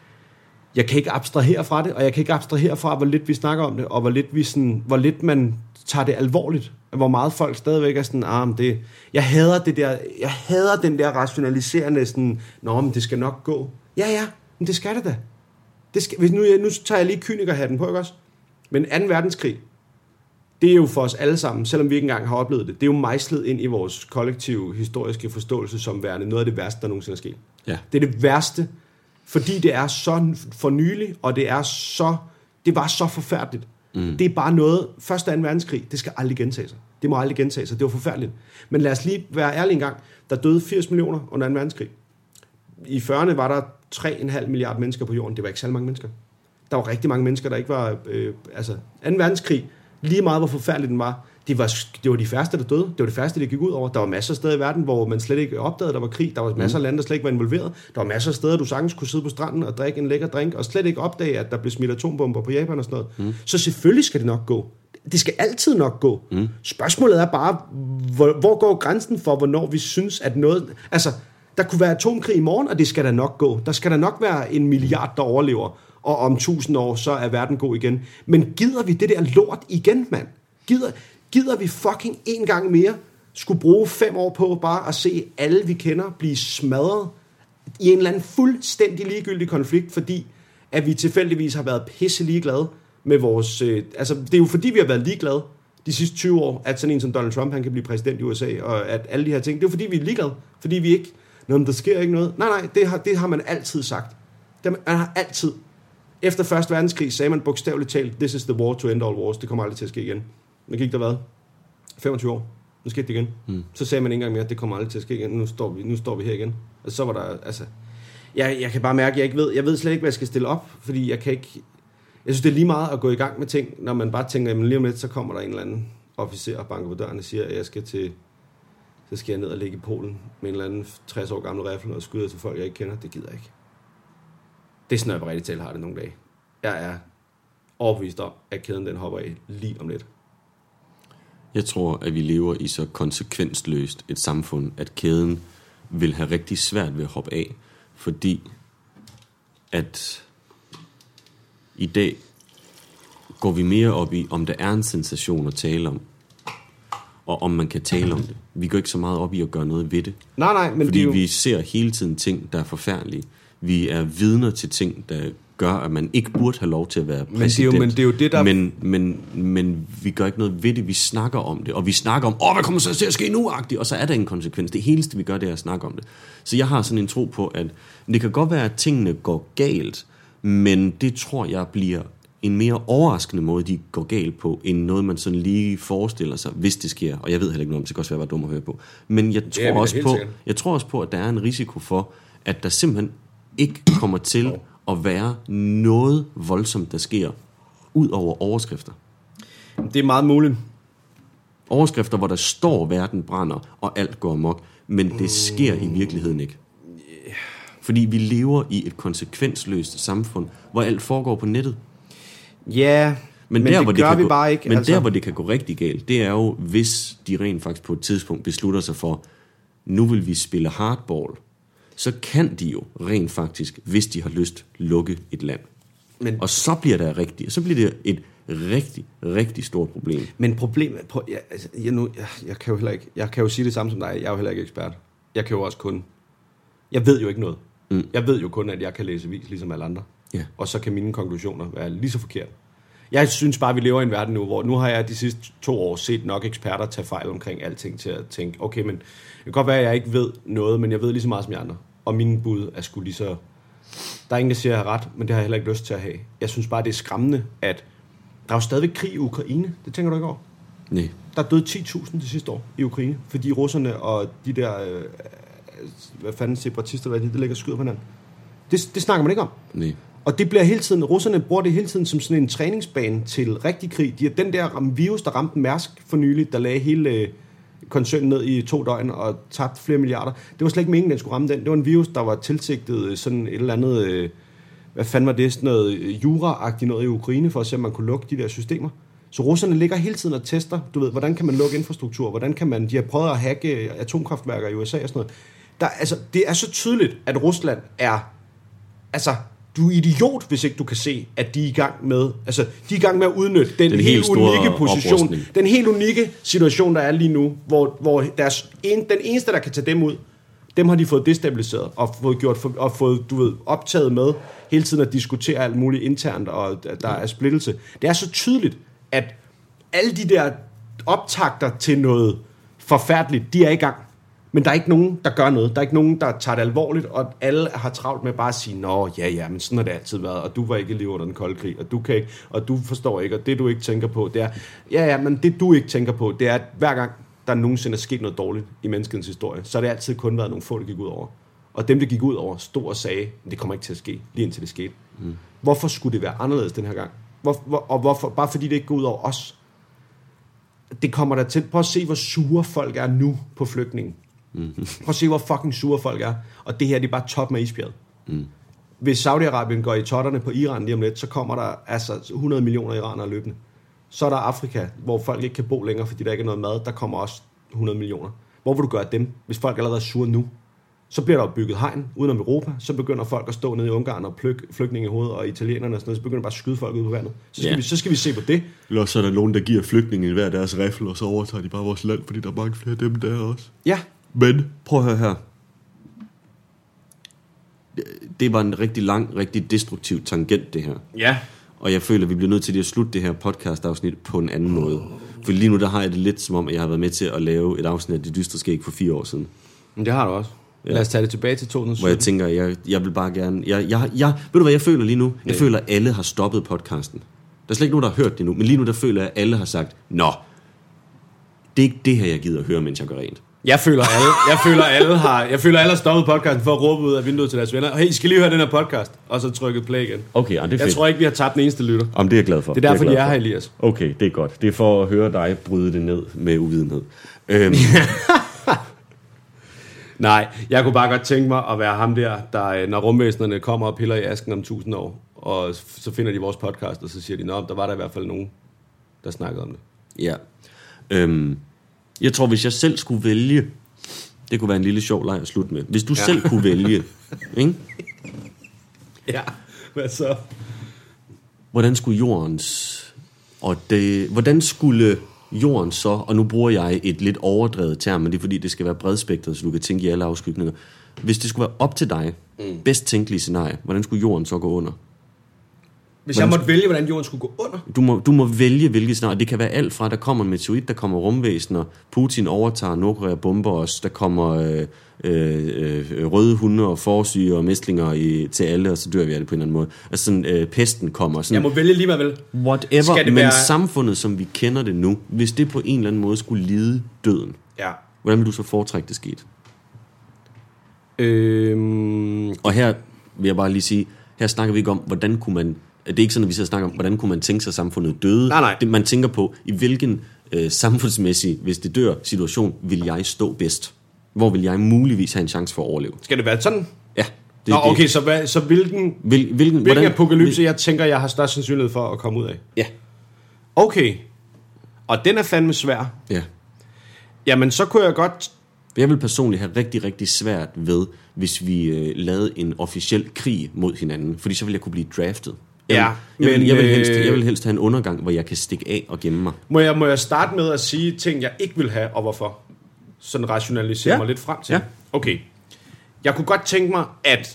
S3: Jeg kan ikke abstrahere fra det, og jeg kan ikke abstrahere fra, hvor lidt vi snakker om det, og hvor lidt, vi sådan, hvor lidt man tager det alvorligt. Hvor meget folk stadigvæk er sådan, ah, men det... Jeg hader det der... Jeg hader den der rationaliserende sådan, nå, men det skal nok gå. Ja, ja, men det skal det da. Det skal, hvis nu, nu tager jeg lige kynikerhatten på, ikke også? Men anden verdenskrig, det er jo for os alle sammen, selvom vi ikke engang har oplevet det, det er jo mejslet ind i vores kollektive historiske forståelse som værende noget af det værste, der nogensinde er sket.
S2: Ja. Det
S3: er det værste, fordi det er så for nylig, og det er så, det var så forfærdeligt. Mm. Det er bare noget, første og anden verdenskrig, det skal aldrig gentage sig. Det må aldrig gentage sig, det var forfærdeligt. Men lad os lige være ærlige en gang, der døde firs millioner under anden verdenskrig. I fyrrerne var der tre komma fem milliarder mennesker på jorden, det var ikke særlig mange mennesker. Der var rigtig mange mennesker, der ikke var, øh, altså, anden verdenskrig, lige meget hvor forfærdelig den var, det var, det var de færreste, der døde. Det var de færreste, der gik ud over. Der var masser af steder i verden, hvor man slet ikke opdagede, der var krig. Der var masser af lande, der slet ikke var involveret. Der var masser af steder, du sagtens kunne sidde på stranden og drikke en lækker drink, og slet ikke opdage, at der blev smidt atombomber på Japan og sådan noget. Mm. Så selvfølgelig skal det nok gå. Det skal altid nok gå. Mm. Spørgsmålet er bare, hvor, hvor går grænsen for, hvornår vi synes, at noget... Altså, der kunne være atomkrig i morgen, og det skal da nok gå. Der skal der nok være en milliard, der overlever. Og om tusind år, så er verden god igen. Men gider vi det der lort igen, mand? Gider, gider vi fucking en gang mere skulle bruge fem år på bare at se alle, vi kender, blive smadret i en eller anden fuldstændig ligegyldig konflikt, fordi at vi tilfældigvis har været pisse ligeglade med vores... Øh, altså, det er jo fordi, vi har været ligeglade de sidste tyve år, at sådan en som Donald Trump, han kan blive præsident i U S A, og at alle de her ting, det er jo fordi, vi er ligeglade. Fordi vi ikke... Nå, men der sker ikke noget. Nej, nej, det har, det har man altid sagt. Det, man har altid... Efter første verdenskrig sagde man bogstaveligt talt, this is the war to end all wars. Det kommer aldrig til at ske igen. Nu gik der hvad? femogtyve år. Nu skete det igen. Mm. Så sagde man ikke engang mere, det kommer aldrig til at ske igen. Nu står vi, nu står vi her igen. Og så var der, altså... Jeg, jeg kan bare mærke, jeg ikke ved, jeg ved slet ikke, hvad jeg skal stille op, fordi jeg kan ikke... Jeg synes, det er lige meget at gå i gang med ting, når man bare tænker, jamen lige om lidt, så kommer der en eller anden officer og banker på døren og siger, at jeg skal til, så skal jeg ned og ligge i Polen med en eller anden tres år gammel rifle og skyde til folk, jeg ikke kender. Det gider jeg ikke. Det er sådan, jeg på rigtig tale har det nogle dage. Jeg er overbevist om, at kæden den hopper af lige om lidt.
S2: Jeg tror, at vi lever i så konsekvensløst et samfund, at kæden vil have rigtig svært ved at hoppe af, fordi at i dag går vi mere op i, om der er en sensation at tale om, og om man kan tale om det. Vi går ikke så meget op i at gøre noget ved det.
S3: Nej, nej, men
S2: fordi
S3: det er jo...
S2: vi ser hele tiden ting, der er forfærdelige. Vi er vidner til ting, der gør, at man ikke burde have lov til at være præsident.
S3: Men det er jo, men det, er jo det der...
S2: Men, men, men vi gør ikke noget ved det, vi snakker om det. Og vi snakker om, åh, hvad kommer så til at ske nu-agtigt? Og så er der en konsekvens. Det heleste, vi gør, det er at snakke om det. Så jeg har sådan en tro på, at det kan godt være, at tingene går galt, men det tror jeg bliver en mere overraskende måde, de går galt på, end noget, man sådan lige forestiller sig, hvis det sker. Og jeg ved heller ikke noget om det, det kan også være dumt at høre på. Men jeg tror, ja, også på, jeg tror også på, at der er en risiko for, at der simpelthen ikke kommer til at være noget voldsomt, der sker, ud over overskrifter.
S3: Det er meget muligt.
S2: Overskrifter, hvor der står, verden brænder, og alt går amok, men det sker i virkeligheden ikke. Fordi vi lever i et konsekvensløst samfund, hvor alt foregår på nettet.
S3: Ja, men, men der, det hvor gør det vi gå, bare ikke.
S2: Men
S3: altså.
S2: Der, hvor det kan gå rigtig galt, det er jo, hvis de rent faktisk på et tidspunkt beslutter sig for, nu vil vi spille hardball, så kan de jo rent faktisk, hvis de har lyst, lukke et land. Men, og så bliver der rigtig, så bliver det et rigtig, rigtig stort problem.
S3: Men problemet, prøv, jeg, altså, jeg, nu, jeg, jeg kan jo heller ikke, jeg kan jo sige det samme som dig, jeg er jo heller ikke ekspert. Jeg kan jo også kun, jeg ved jo ikke noget. Mm. Jeg ved jo kun, at jeg kan læse avis, ligesom alle andre. Yeah. Og så kan mine konklusioner være lige så forkert. Jeg synes bare, at vi lever i en verden nu, hvor nu har jeg de sidste to år set nok eksperter tage fejl omkring alting til at tænke, okay, men det kan godt være, at jeg ikke ved noget, men jeg ved lige så meget som jeg andre. Og mine bud er sgu lige så... Der er ingen, der siger, at jeg har ret, men det har jeg heller ikke lyst til at have. Jeg synes bare, det er skræmmende, at der er jo stadigvæk krig i Ukraine. Det tænker du ikke over?
S2: Nej.
S3: Der er døde ti tusind det sidste år i Ukraine, fordi russerne og de der... Øh, hvad fanden, separatister, hvad det, det ligger skyder på hinanden. Det, det snakker man ikke om.
S2: Nej.
S3: Og det bliver hele tiden, russerne bruger det hele tiden som sådan en træningsbane til rigtig krig. De er den der virus, der ramte Mærsk for nylig, der lagde hele øh, koncernen ned i to døgn og tabte flere milliarder. Det var slet ikke meningen, den skulle ramme den. Det var en virus, der var tilsigtet sådan et eller andet, øh, hvad fanden var det, sådan noget jura-agtigt noget i Ukraine, for at se, om man kunne lukke de der systemer. Så russerne ligger hele tiden og tester, du ved, hvordan kan man lukke infrastruktur, hvordan kan man, de har prøvet at hacke atomkraftværker i U S A og sådan noget. Der, altså, det er så tydeligt, at Rusland er, altså, du er idiot, hvis ikke du kan se, at de er i gang med, altså, de er i gang med at udnytte den, den helt unikke position, oprustning. Den helt unikke situation, der er lige nu, hvor, hvor deres, en, den eneste, der kan tage dem ud, dem har de fået destabiliseret og fået gjort og fået, du ved, optaget med hele tiden at diskutere alt muligt internt, og der er splittelse. Det er så tydeligt, at alle de der optakter til noget forfærdeligt, de er i gang. Men der er ikke nogen, der gør noget. Der er ikke nogen, der tager det alvorligt, og alle har travlt med bare at sige, nå, ja, ja, men sådan har det altid været, og du var ikke i liv under den kolde krig, og du kan ikke, og du forstår ikke, og det du ikke tænker på, det er, ja, ja, men det du ikke tænker på, det er, at hver gang der nogensinde er sket noget dårligt i menneskets historie, så har det altid kun været nogle få, der gik ud over. Og dem, der gik ud over, stod og sagde, det kommer ikke til at ske, lige indtil det skete. Mm. Hvorfor skulle det være anderledes den her gang? Hvor, hvor, og hvorfor? Bare fordi det ikke går ud over os. Det kommer der til. Prøv at se, hvor sure folk er nu på flygtningen. Mm. Prøv at se, hvor fucking sure folk er. Og det her, det er bare top med isbjerget. Mm. Hvis Saudi-Arabien går i totterne på Iran lige om lidt, så kommer der altså hundrede millioner iranere løbende. Så er der Afrika, hvor folk ikke kan bo længere, fordi der ikke er noget mad. Der kommer også hundrede millioner. Hvor vil du gøre dem, hvis folk allerede er sure nu? Så bliver der bygget hegn udenom Europa. Så begynder folk at stå nede i Ungarn og plukke flygtninge i hovedet, og italienerne og sådan noget. Så begynder bare at skyde folk ud på vandet. Så skal, yeah. vi, så skal vi se på det.
S2: Eller så er der nogen, der giver flygtninge hver deres riffel, og så overtager de bare vores land, fordi der er mange flere af dem der også.
S3: Ja.
S2: Men prøv at høre her. Det var en rigtig lang, rigtig destruktiv tangent, det her.
S3: Ja.
S2: Og jeg føler, at vi bliver nødt til at slutte det her podcast-afsnit på en anden måde. For lige nu, der har jeg det lidt som om, at jeg har været med til at lave et afsnit af Det Dystre Skæg for fire år siden.
S3: Men det har du også. Ja. Lad os tage det tilbage til to tusind sytten.
S2: Hvor jeg tænker, jeg, jeg vil bare gerne... Jeg, jeg, jeg, ved du, hvad jeg føler lige nu? Jeg Nej. føler, at alle har stoppet podcasten. Der er slet ikke nogen, der har hørt det nu. Men lige nu, der føler jeg, at alle har sagt, nå, det er ikke det her, jeg gider at høre, mens jeg gør rent.
S3: Jeg føler alle, jeg føler alle har, jeg føler alle har stoppet podcasten for at råbe ud af vinduet til deres venner. Hey, I skal lige høre den her podcast, og så trykket play igen.
S2: Okay, ja, det er fedt.
S3: Jeg tror ikke, vi har tabt den eneste lytter.
S2: Jamen, det er jeg glad for.
S3: Det er derfor,
S2: det
S3: de
S2: er
S3: er
S2: her,
S3: her, Elias.
S2: Okay, det er godt. Det er for at høre dig bryde det ned med uvidenhed. Øhm.
S3: Nej, jeg kunne bare godt tænke mig at være ham der, der når rumvæsenerne kommer og piller i asken om tusind år, og så finder de vores podcast, og så siger de, nå, der var der i hvert fald nogen, der snakkede om det.
S2: Ja. Øhm, jeg tror, hvis jeg selv skulle vælge, det kunne være en lille sjov leg at slutte med. Hvis du ja. selv kunne vælge, ikke?
S3: Ja, hvad så?
S2: Hvordan skulle jordens, og det, hvordan skulle jorden så, og nu bruger jeg et lidt overdrevet term, men det er fordi, det skal være bredspektret, så du kan tænke i alle afskygninger. Hvis det skulle være op til dig, mm. bedst tænkelige scenarie, hvordan skulle jorden så gå under?
S3: Hvis jeg måtte vælge, hvordan jorden skulle gå under?
S2: Du må, du må vælge, hvilket scenarie. Det kan være alt fra, der kommer en meteorit, der kommer rumvæsener, Putin overtager, Nordkorea bomber os, der kommer øh, øh, øh, røde hunde og forsyge og mæslinger i, til alle, og så dør vi af det på en eller anden måde. Altså sådan, øh, pesten kommer. Sådan,
S3: jeg må vælge lige hvad vel.
S2: Whatever, men være... samfundet, som vi kender det nu, hvis det på en eller anden måde skulle lide døden,
S3: ja.
S2: hvordan vil du så foretrække det skete?
S3: Øhm...
S2: Og her vil jeg bare lige sige, her snakker vi ikke om, hvordan kunne man... Det er ikke sådan, at vi så snakker om, hvordan kunne man tænke sig, at samfundet døde.
S3: Nej, nej.
S2: Det, man tænker på, i hvilken øh, samfundsmæssig, hvis det dør, situation, vil jeg stå bedst? Hvor vil jeg muligvis have en chance for at overleve?
S3: Skal det være sådan?
S2: Ja. Det,
S3: Nå, okay,
S2: det.
S3: så, hvad, så hvilken,
S2: Hvil, hvilken,
S3: hvilken
S2: hvordan,
S3: apokalypse,
S2: hvil,
S3: jeg tænker, jeg har størst sandsynlighed for at komme ud af?
S2: Ja.
S3: Okay. Og den er fandme svær.
S2: Ja.
S3: Jamen, så kunne jeg godt...
S2: Jeg vil personligt have rigtig, rigtig svært ved, hvis vi øh, lavede en officiel krig mod hinanden. Fordi så vil jeg kunne blive draftet. Jeg
S3: ja,
S2: vil, jeg,
S3: men,
S2: vil, jeg, vil helst,
S3: øh,
S2: jeg vil helst have en undergang, hvor jeg kan stikke af og gemme mig.
S3: Må jeg, må jeg starte med at sige ting, jeg ikke vil have, og hvorfor? Sådan rationalisere
S2: ja.
S3: mig lidt frem til.
S2: Ja.
S3: Okay. Jeg kunne godt tænke mig, at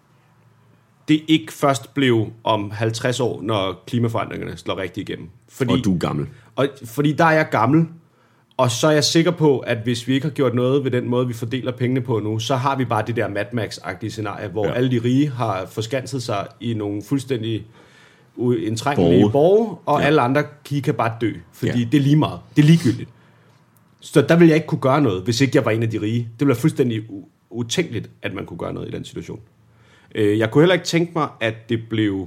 S3: det ikke først blev om halvtreds år, når klimaforandringerne slår rigtig igennem. Fordi,
S2: og du er gammel.
S3: Og, fordi der er jeg gammel, og så er jeg sikker på, at hvis vi ikke har gjort noget ved den måde, vi fordeler pengene på nu, så har vi bare det der Mad Max-agtige scenarie, hvor ja. alle de rige har forskanset sig i nogle fuldstændig indtrængelige borge, og ja. alle andre de kan bare dø, fordi ja. det er lige meget. Det er ligegyldigt. Så der vil jeg ikke kunne gøre noget, hvis ikke jeg var en af de rige. Det ville være fuldstændig u- utænkeligt, at man kunne gøre noget i den situation. Øh, jeg kunne heller ikke tænke mig, at det blev...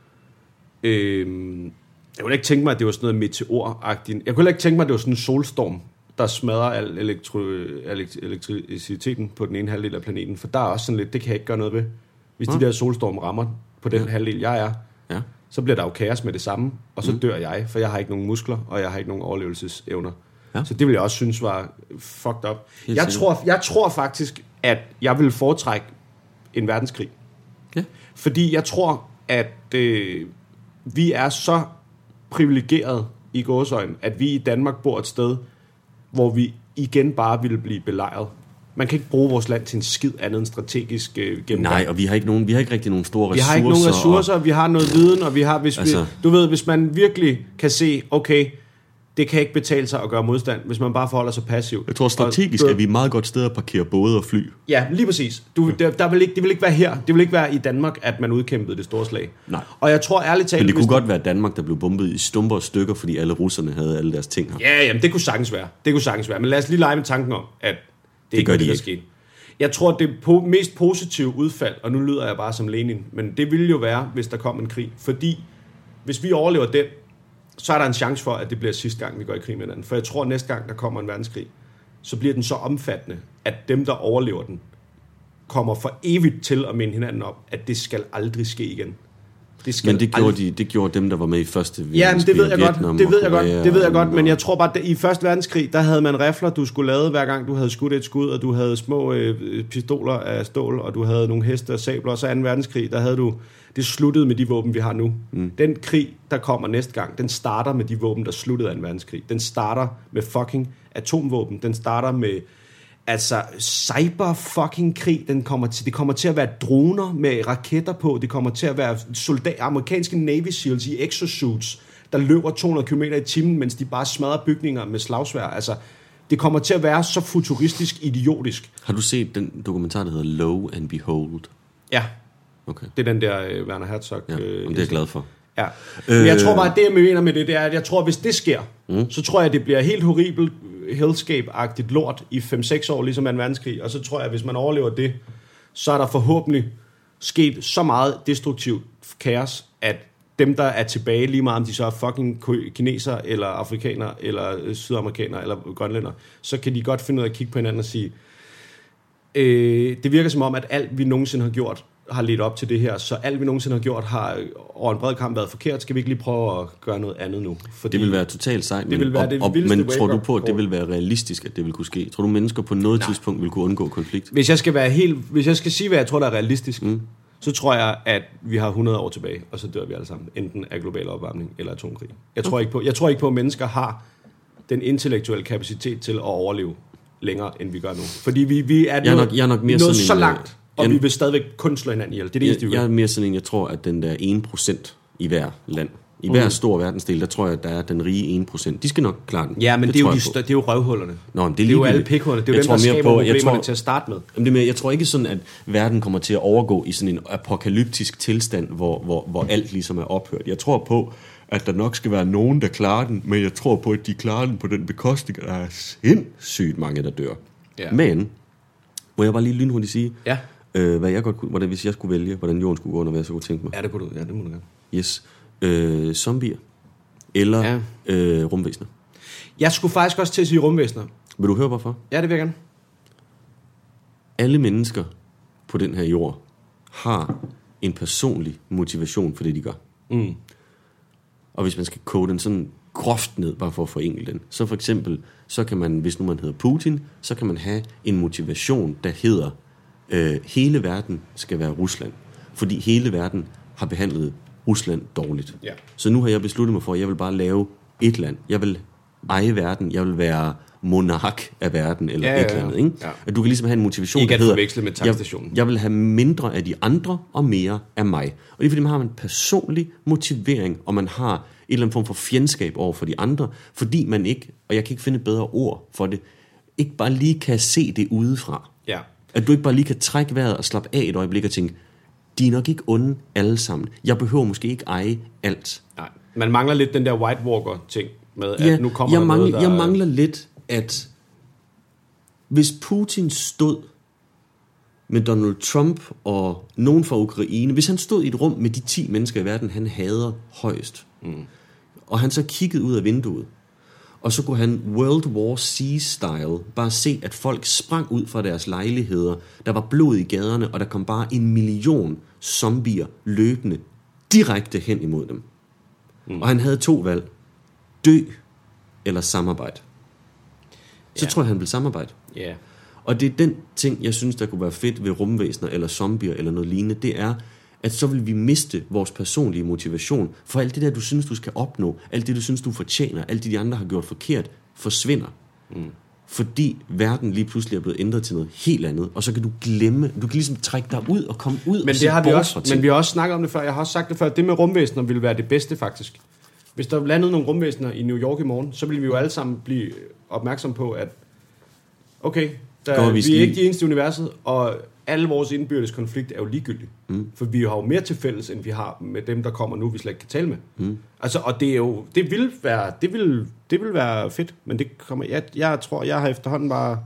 S3: Øh, jeg kunne ikke tænke mig, at det var sådan noget meteoragtigt. Jeg kunne heller ikke tænke mig, at det var sådan en solstorm, der smadrer al elektro- elektriciteten på den ene halvdel af planeten. For der er også sådan lidt, det kan jeg ikke gøre noget ved. Hvis de der solstorm rammer på den ja. halvdel, jeg er, ja. så bliver der jo kaos med det samme, og så mm. dør jeg, for jeg har ikke nogen muskler, og jeg har ikke nogen overlevelsesevner. Ja. Så det vil jeg også synes var fucked up. Jeg tror, jeg tror faktisk, at jeg vil foretrække en verdenskrig. Ja. Fordi jeg tror, at øh, vi er så privilegeret i gåseøjne, at vi i Danmark bor et sted, hvor vi igen bare ville blive belejret. Man kan ikke bruge vores land til en skid andet end strategisk øh, gennemgang.
S2: Nej, og vi har ikke nogen, vi har ikke rigtig nogen store ressourcer.
S3: Vi har ikke nogen ressourcer, og... vi har noget viden, og vi har, hvis altså... vi, du ved, hvis man virkelig kan se, okay, det kan ikke betale sig at gøre modstand, hvis man bare forholder sig passivt.
S2: Jeg tror strategisk, og, er vi et meget godt sted at parkere både og fly.
S3: Ja, lige præcis. Du, der, der vil ikke, det vil ikke være her. Det vil ikke være i Danmark, at man udkæmpede det store slag.
S2: Nej.
S3: Og jeg tror ærligt talt...
S2: Men det kunne godt være Danmark, der blev bombet i stumper og stykker, fordi alle russerne havde alle deres ting her.
S3: Ja, jamen det kunne sagtens være. Det kunne sagtens være. Men lad os lige lege med tanken om, at det, det ikke
S2: gør
S3: er
S2: de
S3: det, der
S2: ikke.
S3: skete. Jeg tror, det po- mest positive udfald, og nu lyder jeg bare som Lenin, men det ville jo være, hvis der kom en krig. Fordi hvis vi overlever den, så er der en chance for, at det bliver sidste gang, vi går i krig med hinanden. For jeg tror, at næste gang, der kommer en verdenskrig, så bliver den så omfattende, at dem, der overlever den, kommer for evigt til at minde hinanden om, at det skal aldrig ske igen. Det skal
S2: men det gjorde,
S3: aldrig...
S2: de, det gjorde dem, der var med i første verdenskrig.
S3: Ja, men det ved jeg
S2: Vietnam,
S3: godt. Det ved jeg godt. Det ved jeg godt.
S2: og...
S3: Men jeg tror bare, at i første verdenskrig, der havde man rifler, du skulle lade hver gang, du havde skudt et skud, og du havde små øh, pistoler af stål, og du havde nogle heste og sabler. Og så anden verdenskrig, der havde du... Det sluttede med de våben, vi har nu. Mm. Den krig, der kommer næste gang, den starter med de våben, der sluttede af en verdenskrig. Den starter med fucking atomvåben. Den starter med altså cyber fucking krig. Den kommer til, det kommer til at være droner med raketter på. Det kommer til at være soldater, amerikanske Navy Seals i exosuits, der løber to hundrede kilometer i timen, mens de bare smadrer bygninger med slagsværd. Altså, det kommer til at være så futuristisk idiotisk.
S2: Har du set den dokumentar, der hedder Lo and Behold?
S3: Ja.
S2: Okay.
S3: Det er den der uh, Werner Herzog.
S2: Ja,
S3: uh,
S2: det er jeg glad for.
S3: Ja. Men jeg tror bare, at det, jeg mener med det, det er, at jeg tror, at hvis det sker, mm. så tror jeg, at det bliver helt horribelt hellscape-agtigt lort i fem seks år, ligesom en verdenskrig. Og så tror jeg, at hvis man overlever det, så er der forhåbentlig sket så meget destruktivt kaos, at dem, der er tilbage, lige meget om de så er fucking kineser, eller afrikaner, eller sydamerikanere, eller grønlænder, så kan de godt finde ud af at kigge på hinanden og sige, øh, det virker som om, at alt vi nogensinde har gjort, har ledt op til det her, så alt vi nogensinde har gjort, har over en bred kamp været forkert. Skal vi ikke lige prøve at gøre noget andet nu?
S2: Fordi det vil være totalt sejt,
S3: det vil være det
S2: op, men tror du på, at det vil være realistisk, at det vil kunne ske? Tror du, mennesker på noget Nej. tidspunkt vil kunne undgå konflikt?
S3: Hvis jeg skal være helt, hvis jeg skal sige, hvad jeg tror, der er realistisk, mm. så tror jeg, at vi har hundrede år tilbage, og så dør vi alle sammen, enten af global opvarmning eller atomkrig. Jeg tror okay. ikke på, jeg tror ikke på, at mennesker har den intellektuelle kapacitet til at overleve længere, end vi gør nu. Fordi vi, vi er,
S2: jeg er nok, jeg er nok mere
S3: nået
S2: sådan
S3: så
S2: en,
S3: langt, og
S2: jeg,
S3: vi vil stadigvæk kun slå hinanden ihjel. Det er det eneste,
S2: jeg, jeg er mere sådan en, jeg tror, at den der en procent i hver land, i hver mm. stor verdensdel, der tror jeg, at der er den rige en procent. De skal nok klare den.
S3: Ja, men det, det, er, jo de stør, det er jo røvhullerne.
S2: Nå, det,
S3: det er jo alle pikhullerne. Det er jo dem, der skaber på, problemerne tror, til at starte med.
S2: Jamen, det med. Jeg tror ikke sådan, at verden kommer til at overgå i sådan en apokalyptisk tilstand, hvor, hvor, hvor alt ligesom er ophørt. Jeg tror på, at der nok skal være nogen, der klarer den, men jeg tror på, at de klarer den på den bekostning, at der er sindssygt mange, der dør. Ja. Men, må jeg bare lige lynhurtigt sige,
S3: ja.
S2: øh, hvad jeg godt kunne, hvordan, hvis jeg skulle vælge, hvordan jorden skulle gå under, hvad jeg så kunne tænke mig.
S3: Ja, det kunne du. Ja, det må du gerne.
S2: Yes. Øh, zombier. Eller ja. øh, rumvæsener.
S3: Jeg skulle faktisk også til at sige rumvæsener.
S2: Vil du høre hvorfor?
S3: Ja, det vil jeg gerne.
S2: Alle mennesker på den her jord har en personlig motivation for det, de gør.
S3: Mm.
S2: Og hvis man skal kode den sådan groft ned, bare for at forenkle den, så for eksempel, så kan man, hvis nu man hedder Putin, så kan man have en motivation, der hedder, øh, hele verden skal være Rusland. Fordi hele verden har behandlet Rusland dårligt.
S3: Ja.
S2: Så nu har jeg besluttet mig for, at jeg vil bare lave et land. Jeg vil eje verden. Jeg vil være monark af verden, eller ja, ja, ja. et eller andet. Ikke? Ja. At du kan ligesom have en motivation,
S3: ikke
S2: der hedder,
S3: forveksle med tankstationen.
S2: Jeg, jeg vil have mindre af de andre, og mere af mig. Og det er fordi, man har en personlig motivering, og man har en eller anden form for fjendskab over for de andre, fordi man ikke, og jeg kan ikke finde et bedre ord for det, ikke bare lige kan se det udefra.
S3: Ja.
S2: At du ikke bare lige kan trække vejret og slappe af et øjeblik og tænke, de er nok ikke onde alle sammen. Jeg behøver måske ikke eje alt.
S3: Nej, man mangler lidt den der White Walker-ting med, at
S2: ja,
S3: nu kommer
S2: jeg
S3: der
S2: mangler,
S3: noget, der...
S2: Jeg mangler lidt, at hvis Putin stod med Donald Trump og nogen fra Ukraine, hvis han stod i et rum med de ti mennesker i verden, han hader højst, mm. og han så kiggede ud af vinduet, og så kunne han World War C-style bare se, at folk sprang ud fra deres lejligheder. Der var blod i gaderne, og der kom bare en million zombier løbende direkte hen imod dem. Mm. Og han havde to valg. Dø eller samarbejde. Så yeah. tror jeg, han ville samarbejde.
S3: Yeah.
S2: Og det er den ting, jeg synes, der kunne være fedt ved rumvæsener eller zombier eller noget lignende. Det er, at så vil vi miste vores personlige motivation. For alt det der, du synes, du skal opnå, alt det, du synes, du fortjener, alt det, de andre har gjort forkert, forsvinder. Mm. Fordi verden lige pludselig er blevet ændret til noget helt andet. Og så kan du glemme, du kan ligesom trække dig ud og komme ud.
S3: Men
S2: og
S3: det har vi også, men vi har også snakket om det før. Jeg har også sagt det før, at det med rumvæsener ville være det bedste faktisk. Hvis der landede nogle rumvæsener i New York i morgen, så ville vi jo alle sammen blive opmærksom på, at okay, der, vi, vi er ikke de eneste i universet, og alle vores indbyrdes konflikt er jo ligegyldige. Mm. For vi har jo mere til fælles, end vi har med dem, der kommer nu, vi slet ikke kan tale med. Mm. Altså, og det er jo, det vil være, det vil, det vil være fedt, men det kommer, jeg, jeg tror, jeg har efterhånden bare...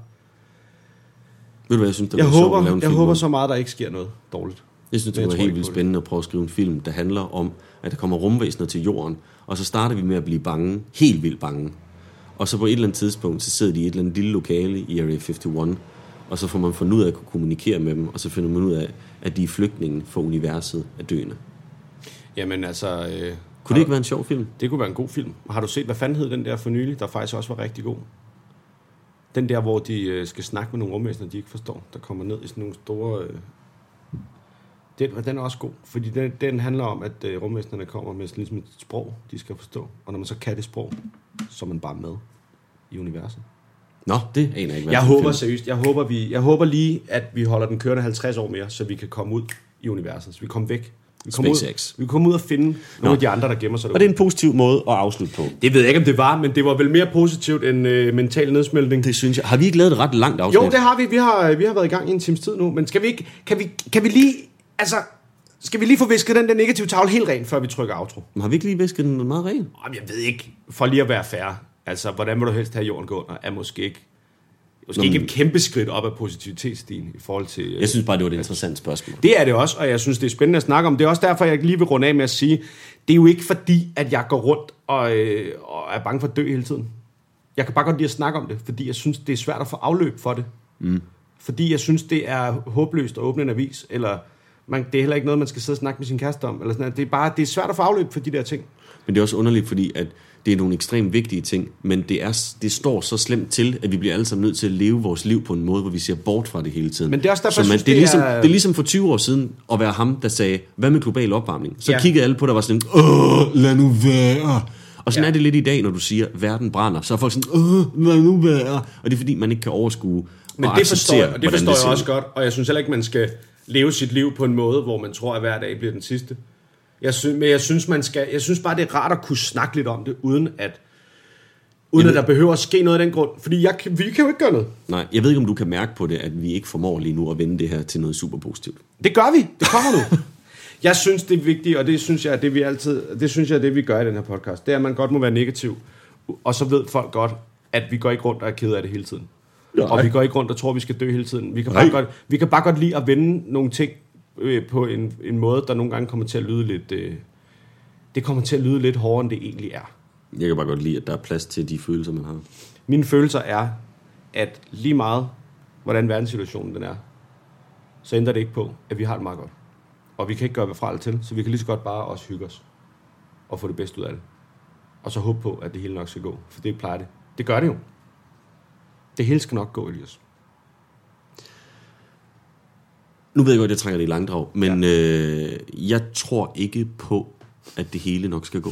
S2: Ved du hvad, jeg synes, det
S3: jeg håber, sjovt, jeg håber så meget, der ikke sker noget dårligt.
S2: Jeg synes, det var helt vildt spændende at prøve at skrive en film, der handler om, at der kommer rumvæsener til jorden, og så starter vi med at blive bange, helt vildt bange. Og så på et eller andet tidspunkt, så sidder de i et eller andet lille lokale i Area enoghalvfems, og så får man fundet ud af at kunne kommunikere med dem, og så finder man ud af, at de er flygtninge for universet af døende.
S3: Jamen altså... Øh,
S2: kunne det ikke være en sjov film?
S3: Det kunne være en god film. Har du set, hvad fanden hed den der for nylig, der faktisk også var rigtig god? Den der, hvor de øh, skal snakke med nogle rumvæsener, de ikke forstår, der kommer ned i sådan nogle store... Øh, den, den er også god, fordi den, den handler om, at øh, rumvæsenerne kommer med sådan, ligesom et sprog, de skal forstå. Og når man så kan det sprog, så er man bare med i universet.
S2: Nå, det aner jeg ikke.
S3: Jeg håber seriøst, jeg håber, vi, jeg håber lige, at vi holder den kørende halvtreds år mere, så vi kan komme ud i universet, så vi kommer væk. Vi kommer ud, vi kommer ud og finde Nå. nogle af de andre, der gemmer sig derude.
S2: Og det er en positiv måde at afslutte på.
S3: Det ved jeg ikke, om det var, men det var vel mere positivt end øh, mental nedsmeltning.
S2: Det synes jeg. Har vi ikke lavet et ret langt afsnit?
S3: Jo, det har vi. Vi har, vi har været i gang i en times tid nu, men skal vi ikke, kan vi, kan vi lige, altså, Skal vi lige få visket den der negative tavle helt ren, før vi trykker outro?
S2: Men har vi ikke lige visket den meget ren?
S3: Jamen, jeg ved ikke. For lige at være fair. Altså, hvordan må du helst have jorden gå under? Er måske ikke, måske
S2: Nå,
S3: ikke
S2: men-
S3: et kæmpe skridt op ad positivitetsstigen i forhold til...
S2: Jeg synes bare, det var et interessant spørgsmål.
S3: Det er det også, og jeg synes, det er spændende at snakke om. Det er også derfor, jeg lige vil runde af med at sige, det er jo ikke fordi, at jeg går rundt og, øh, og er bange for at dø hele tiden. Jeg kan bare godt lide at snakke om det, fordi jeg synes, det er svært at få afløb for det. Mm. Fordi jeg synes, det er håbløst at åbne en avis, eller man, det er heller ikke noget, man skal sidde og snakke med sin kæreste om. Eller sådan noget. Det er bare det er svært at få afløb for de der ting.
S2: Men det er også underligt, fordi at det er nogle ekstremt vigtige ting, men det, er, det står så slemt til, at vi bliver alle sammen nødt til at leve vores liv på en måde, hvor vi ser bort fra det hele tiden.
S3: Men det er også derfor,
S2: så
S3: jeg
S2: man,
S3: synes,
S2: det, er
S3: det
S2: ligesom,
S3: er-
S2: det er ligesom for tyve år siden at være ham, der sagde, hvad med global opvarmning? Så
S3: Ja.
S2: ja. kiggede alle på dig og var sådan, åh, lad nu være. Og sådan
S3: Ja.
S2: ja. er det lidt i dag, når du siger, verden brænder. Så er folk sådan, åh, lad nu være. Og det er fordi, man ikke kan overskue
S3: Men
S2: og
S3: det forstår
S2: acceptere,
S3: jeg, og det
S2: hvordan
S3: forstår
S2: ser
S3: jeg også
S2: ud.
S3: godt, og jeg synes heller ikke, man skal leve sit liv på en måde, hvor man tror, at hver dag bliver den sidste. Jeg synes, men jeg synes, man skal, jeg synes bare, det er rart at kunne snakke lidt om det, uden at, uden
S2: Jamen-
S3: at der behøver at ske noget af den grund. Fordi jeg, kan- vi kan jo ikke gøre noget.
S2: Nej, jeg ved ikke, om du kan mærke på det, at vi ikke formår lige nu at vende det her til noget super positivt.
S3: Det gør vi. Det kommer nu. Jeg synes, det er vigtigt, og det synes jeg, er det vi altid, det synes jeg, er det vi gør i den her podcast. Det er, at man godt må være negativ, og så ved folk godt, at vi går ikke rundt og er ked af det hele tiden.
S2: Nej.
S3: Og vi går ikke rundt og tror, vi skal dø hele tiden. Vi kan
S2: Nej.
S3: bare godt, vi kan bare godt lide at vende nogle ting øh, på en, en måde, der nogle gange kommer til at lyde lidt, øh, det kommer til at lyde lidt hårdere, end det egentlig er.
S2: Jeg kan bare godt lide, at der er plads til de følelser, man har.
S3: Mine følelser er, at lige meget, hvordan verdenssituationen den er, så ændrer det ikke på, at vi har det meget godt. Og vi kan ikke gøre fra det til, så vi kan lige så godt bare også hygge os og få det bedste ud af det. Og så håbe på, at det hele nok skal gå, for det plejer det. Det gør det jo. Det hele skal nok gå, Elias.
S2: Nu ved jeg godt, at jeg trækker det i langdrag, men ja. øh, jeg tror ikke på, at det hele nok skal gå.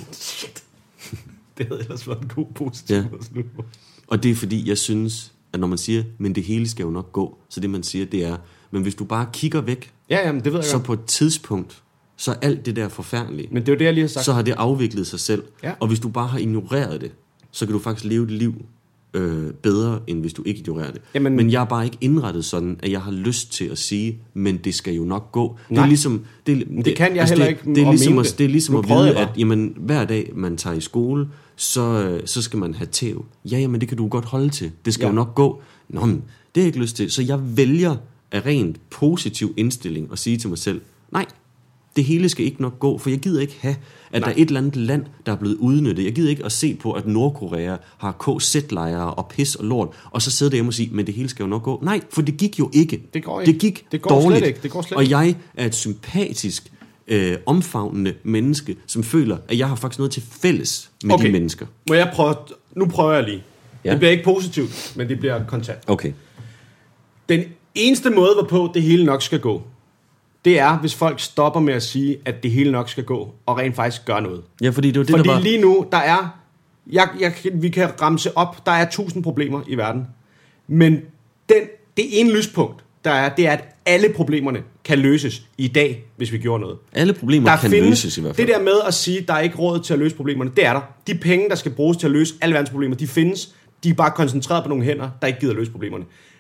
S3: Det havde ellers været en god positiv
S2: Ja.
S3: måde at slutte på.
S2: Og det er fordi, jeg synes, at når man siger, men det hele skal jo nok gå, så det man siger, det er, men hvis du bare kigger væk,
S3: Ja, jamen, det ved jeg
S2: så
S3: godt.
S2: på et tidspunkt, så er alt det der forfærdelige,
S3: Men det er jo det, jeg lige har sagt.
S2: så har det afviklet sig selv.
S3: Ja.
S2: Og hvis du bare har ignoreret det, så kan du faktisk leve et liv øh, bedre, end hvis du ikke ignorerer det.
S3: Jamen-
S2: men jeg er bare ikke indrettet sådan, at jeg har lyst til at sige, men det skal jo nok gå. Det
S3: Nej.
S2: er ligesom... Det,
S3: det kan jeg
S2: altså,
S3: heller
S2: det,
S3: ikke
S2: Det er
S3: at
S2: ligesom,
S3: mene
S2: at,
S3: det.
S2: det er ligesom
S3: Nu
S2: at
S3: prøvede
S2: vide,
S3: jeg
S2: at
S3: bare.
S2: jamen, hver dag, man tager i skole, så, øh, så skal man have tæv. Ja, jamen, det kan du godt holde til. Det skal
S3: Ja.
S2: jo nok gå. Nå, men det har jeg ikke lyst til. Så jeg vælger af rent positiv indstilling at sige til mig selv, nej, det hele skal ikke nok gå, for jeg gider ikke have, at
S3: Nej.
S2: der er et eller andet land, der er blevet udnyttet. Jeg gider ikke at se på, at Nordkorea har K Z-lejre og pis og lort, og så sidde derhjemme og sige, men det hele skal jo nok gå. Nej, for det gik jo ikke.
S3: Det går ikke.
S2: Det gik
S3: Det går slet
S2: dårligt.
S3: ikke. Det går slet
S2: og
S3: ikke.
S2: jeg er et sympatisk, øh, omfavnende menneske, som føler, at jeg har faktisk noget til fælles med
S3: Okay.
S2: de mennesker.
S3: Må jeg prøve? Nu prøver jeg lige.
S2: Ja.
S3: Det bliver ikke positivt, men det bliver kontant.
S2: Okay.
S3: Den eneste måde, hvorpå det hele nok skal gå, det er, hvis folk stopper med at sige, at det hele nok skal gå, og rent faktisk gør noget.
S2: Ja, fordi det var det,
S3: Fordi
S2: der var...
S3: lige nu, der er... Jeg, jeg, vi kan ramse op, der er tusind problemer i verden. Men den, det ene lyspunkt, der er, det er, at alle problemerne kan løses i dag, hvis vi gjorde noget.
S2: Alle problemer
S3: Der
S2: kan
S3: findes,
S2: løses i hvert fald.
S3: Det der med at sige, at der er ikke råd til at løse problemerne, det er der. De penge, der skal bruges til at løse alle verdens problemer, de findes. De er bare koncentreret på nogle hænder, der ikke gider at løse problemerne.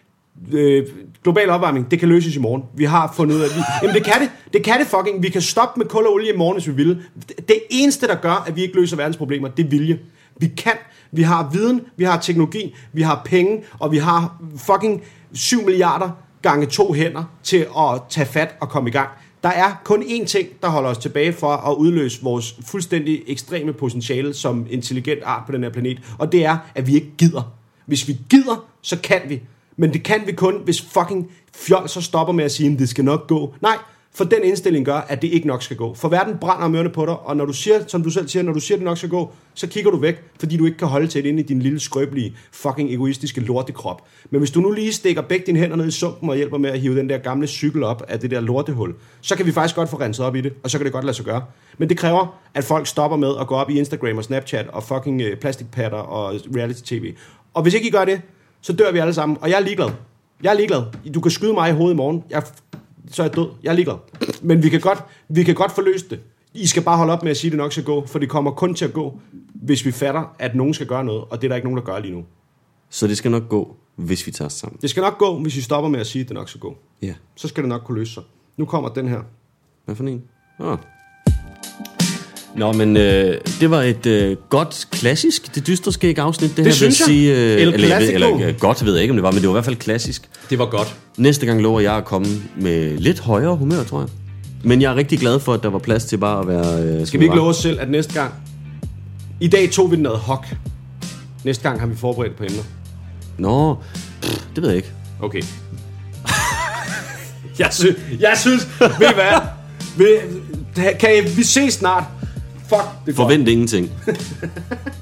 S3: Øh, global opvarmning, det kan løses i morgen. Vi har fundet ud af, at vi, jamen det kan det. Det kan det fucking. Vi kan stoppe med kul og olie i morgen, hvis vi vil. Det eneste, der gør, at vi ikke løser verdens problemer, det er vilje. Vi kan. Vi har viden, vi har teknologi, vi har penge, og vi har fucking syv milliarder gange to hænder til at tage fat og komme i gang. Der er kun én ting, der holder os tilbage for at udløse vores fuldstændig ekstreme potentiale som intelligent art på den her planet, og det er, at vi ikke gider. Hvis vi gider, så kan vi. Men det kan vi kun, hvis fucking fjol så stopper med at sige, at det skal nok gå. Nej, for den indstilling gør, at det ikke nok skal gå. For verden brænder om ørerne på dig, og når du siger, som du selv siger, når du siger, at det nok skal gå, så kigger du væk, fordi du ikke kan holde til det inde i din lille, skrøbelige, fucking egoistiske lortekrop. Men hvis du nu lige stikker begge dine hænder ned i sumpen og hjælper med at hive den der gamle cykel op af det der lortehul, så kan vi faktisk godt få renset op i det, og så kan det godt lade sig gøre. Men det kræver, at folk stopper med at gå op i Instagram og Snapchat og fucking øh, plastikpatter og reality-tv. Og hvis ikke I gør det, så dør vi alle sammen, og jeg er ligeglad. Jeg er ligeglad. Du kan skyde mig i hovedet i morgen. Jeg, så er jeg død. Jeg er ligeglad. Men vi kan godt, vi kan godt forløse det. I skal bare holde op med at sige, at det nok skal gå, for det kommer kun til at gå, hvis vi fatter, at nogen skal gøre noget, og det er der ikke nogen, der gør lige nu.
S2: Så det skal nok gå, hvis vi tager os sammen.
S3: Det skal nok gå, hvis I stopper med at sige, at det nok skal gå.
S2: Ja.
S3: Så skal det nok kunne løse sig. Nu kommer den her.
S2: Hvad for en? Oh. Nå, men øh, det var et øh, godt klassisk, det dystre skæg afsnit. Det,
S3: det
S2: her,
S3: synes jeg.
S2: Sige, øh,
S3: El
S2: eller,
S3: Clasico.
S2: eller øh, godt ved jeg ikke, om det var, men det var i hvert fald klassisk.
S3: Det var godt.
S2: Næste gang lover jeg at komme med lidt højere humør, tror jeg. Men jeg er rigtig glad for, at der var plads til bare at være... Øh,
S3: Skal vi ikke love os selv, at næste gang... I dag tog vi noget hok. Næste gang har vi forberedt på emner.
S2: Nå, pff, det ved jeg ikke.
S3: Okay. jeg, sy- jeg synes... Ved I hvad? Ved, kan I, vi ses snart? Fuck, det er
S2: Forvent ingenting.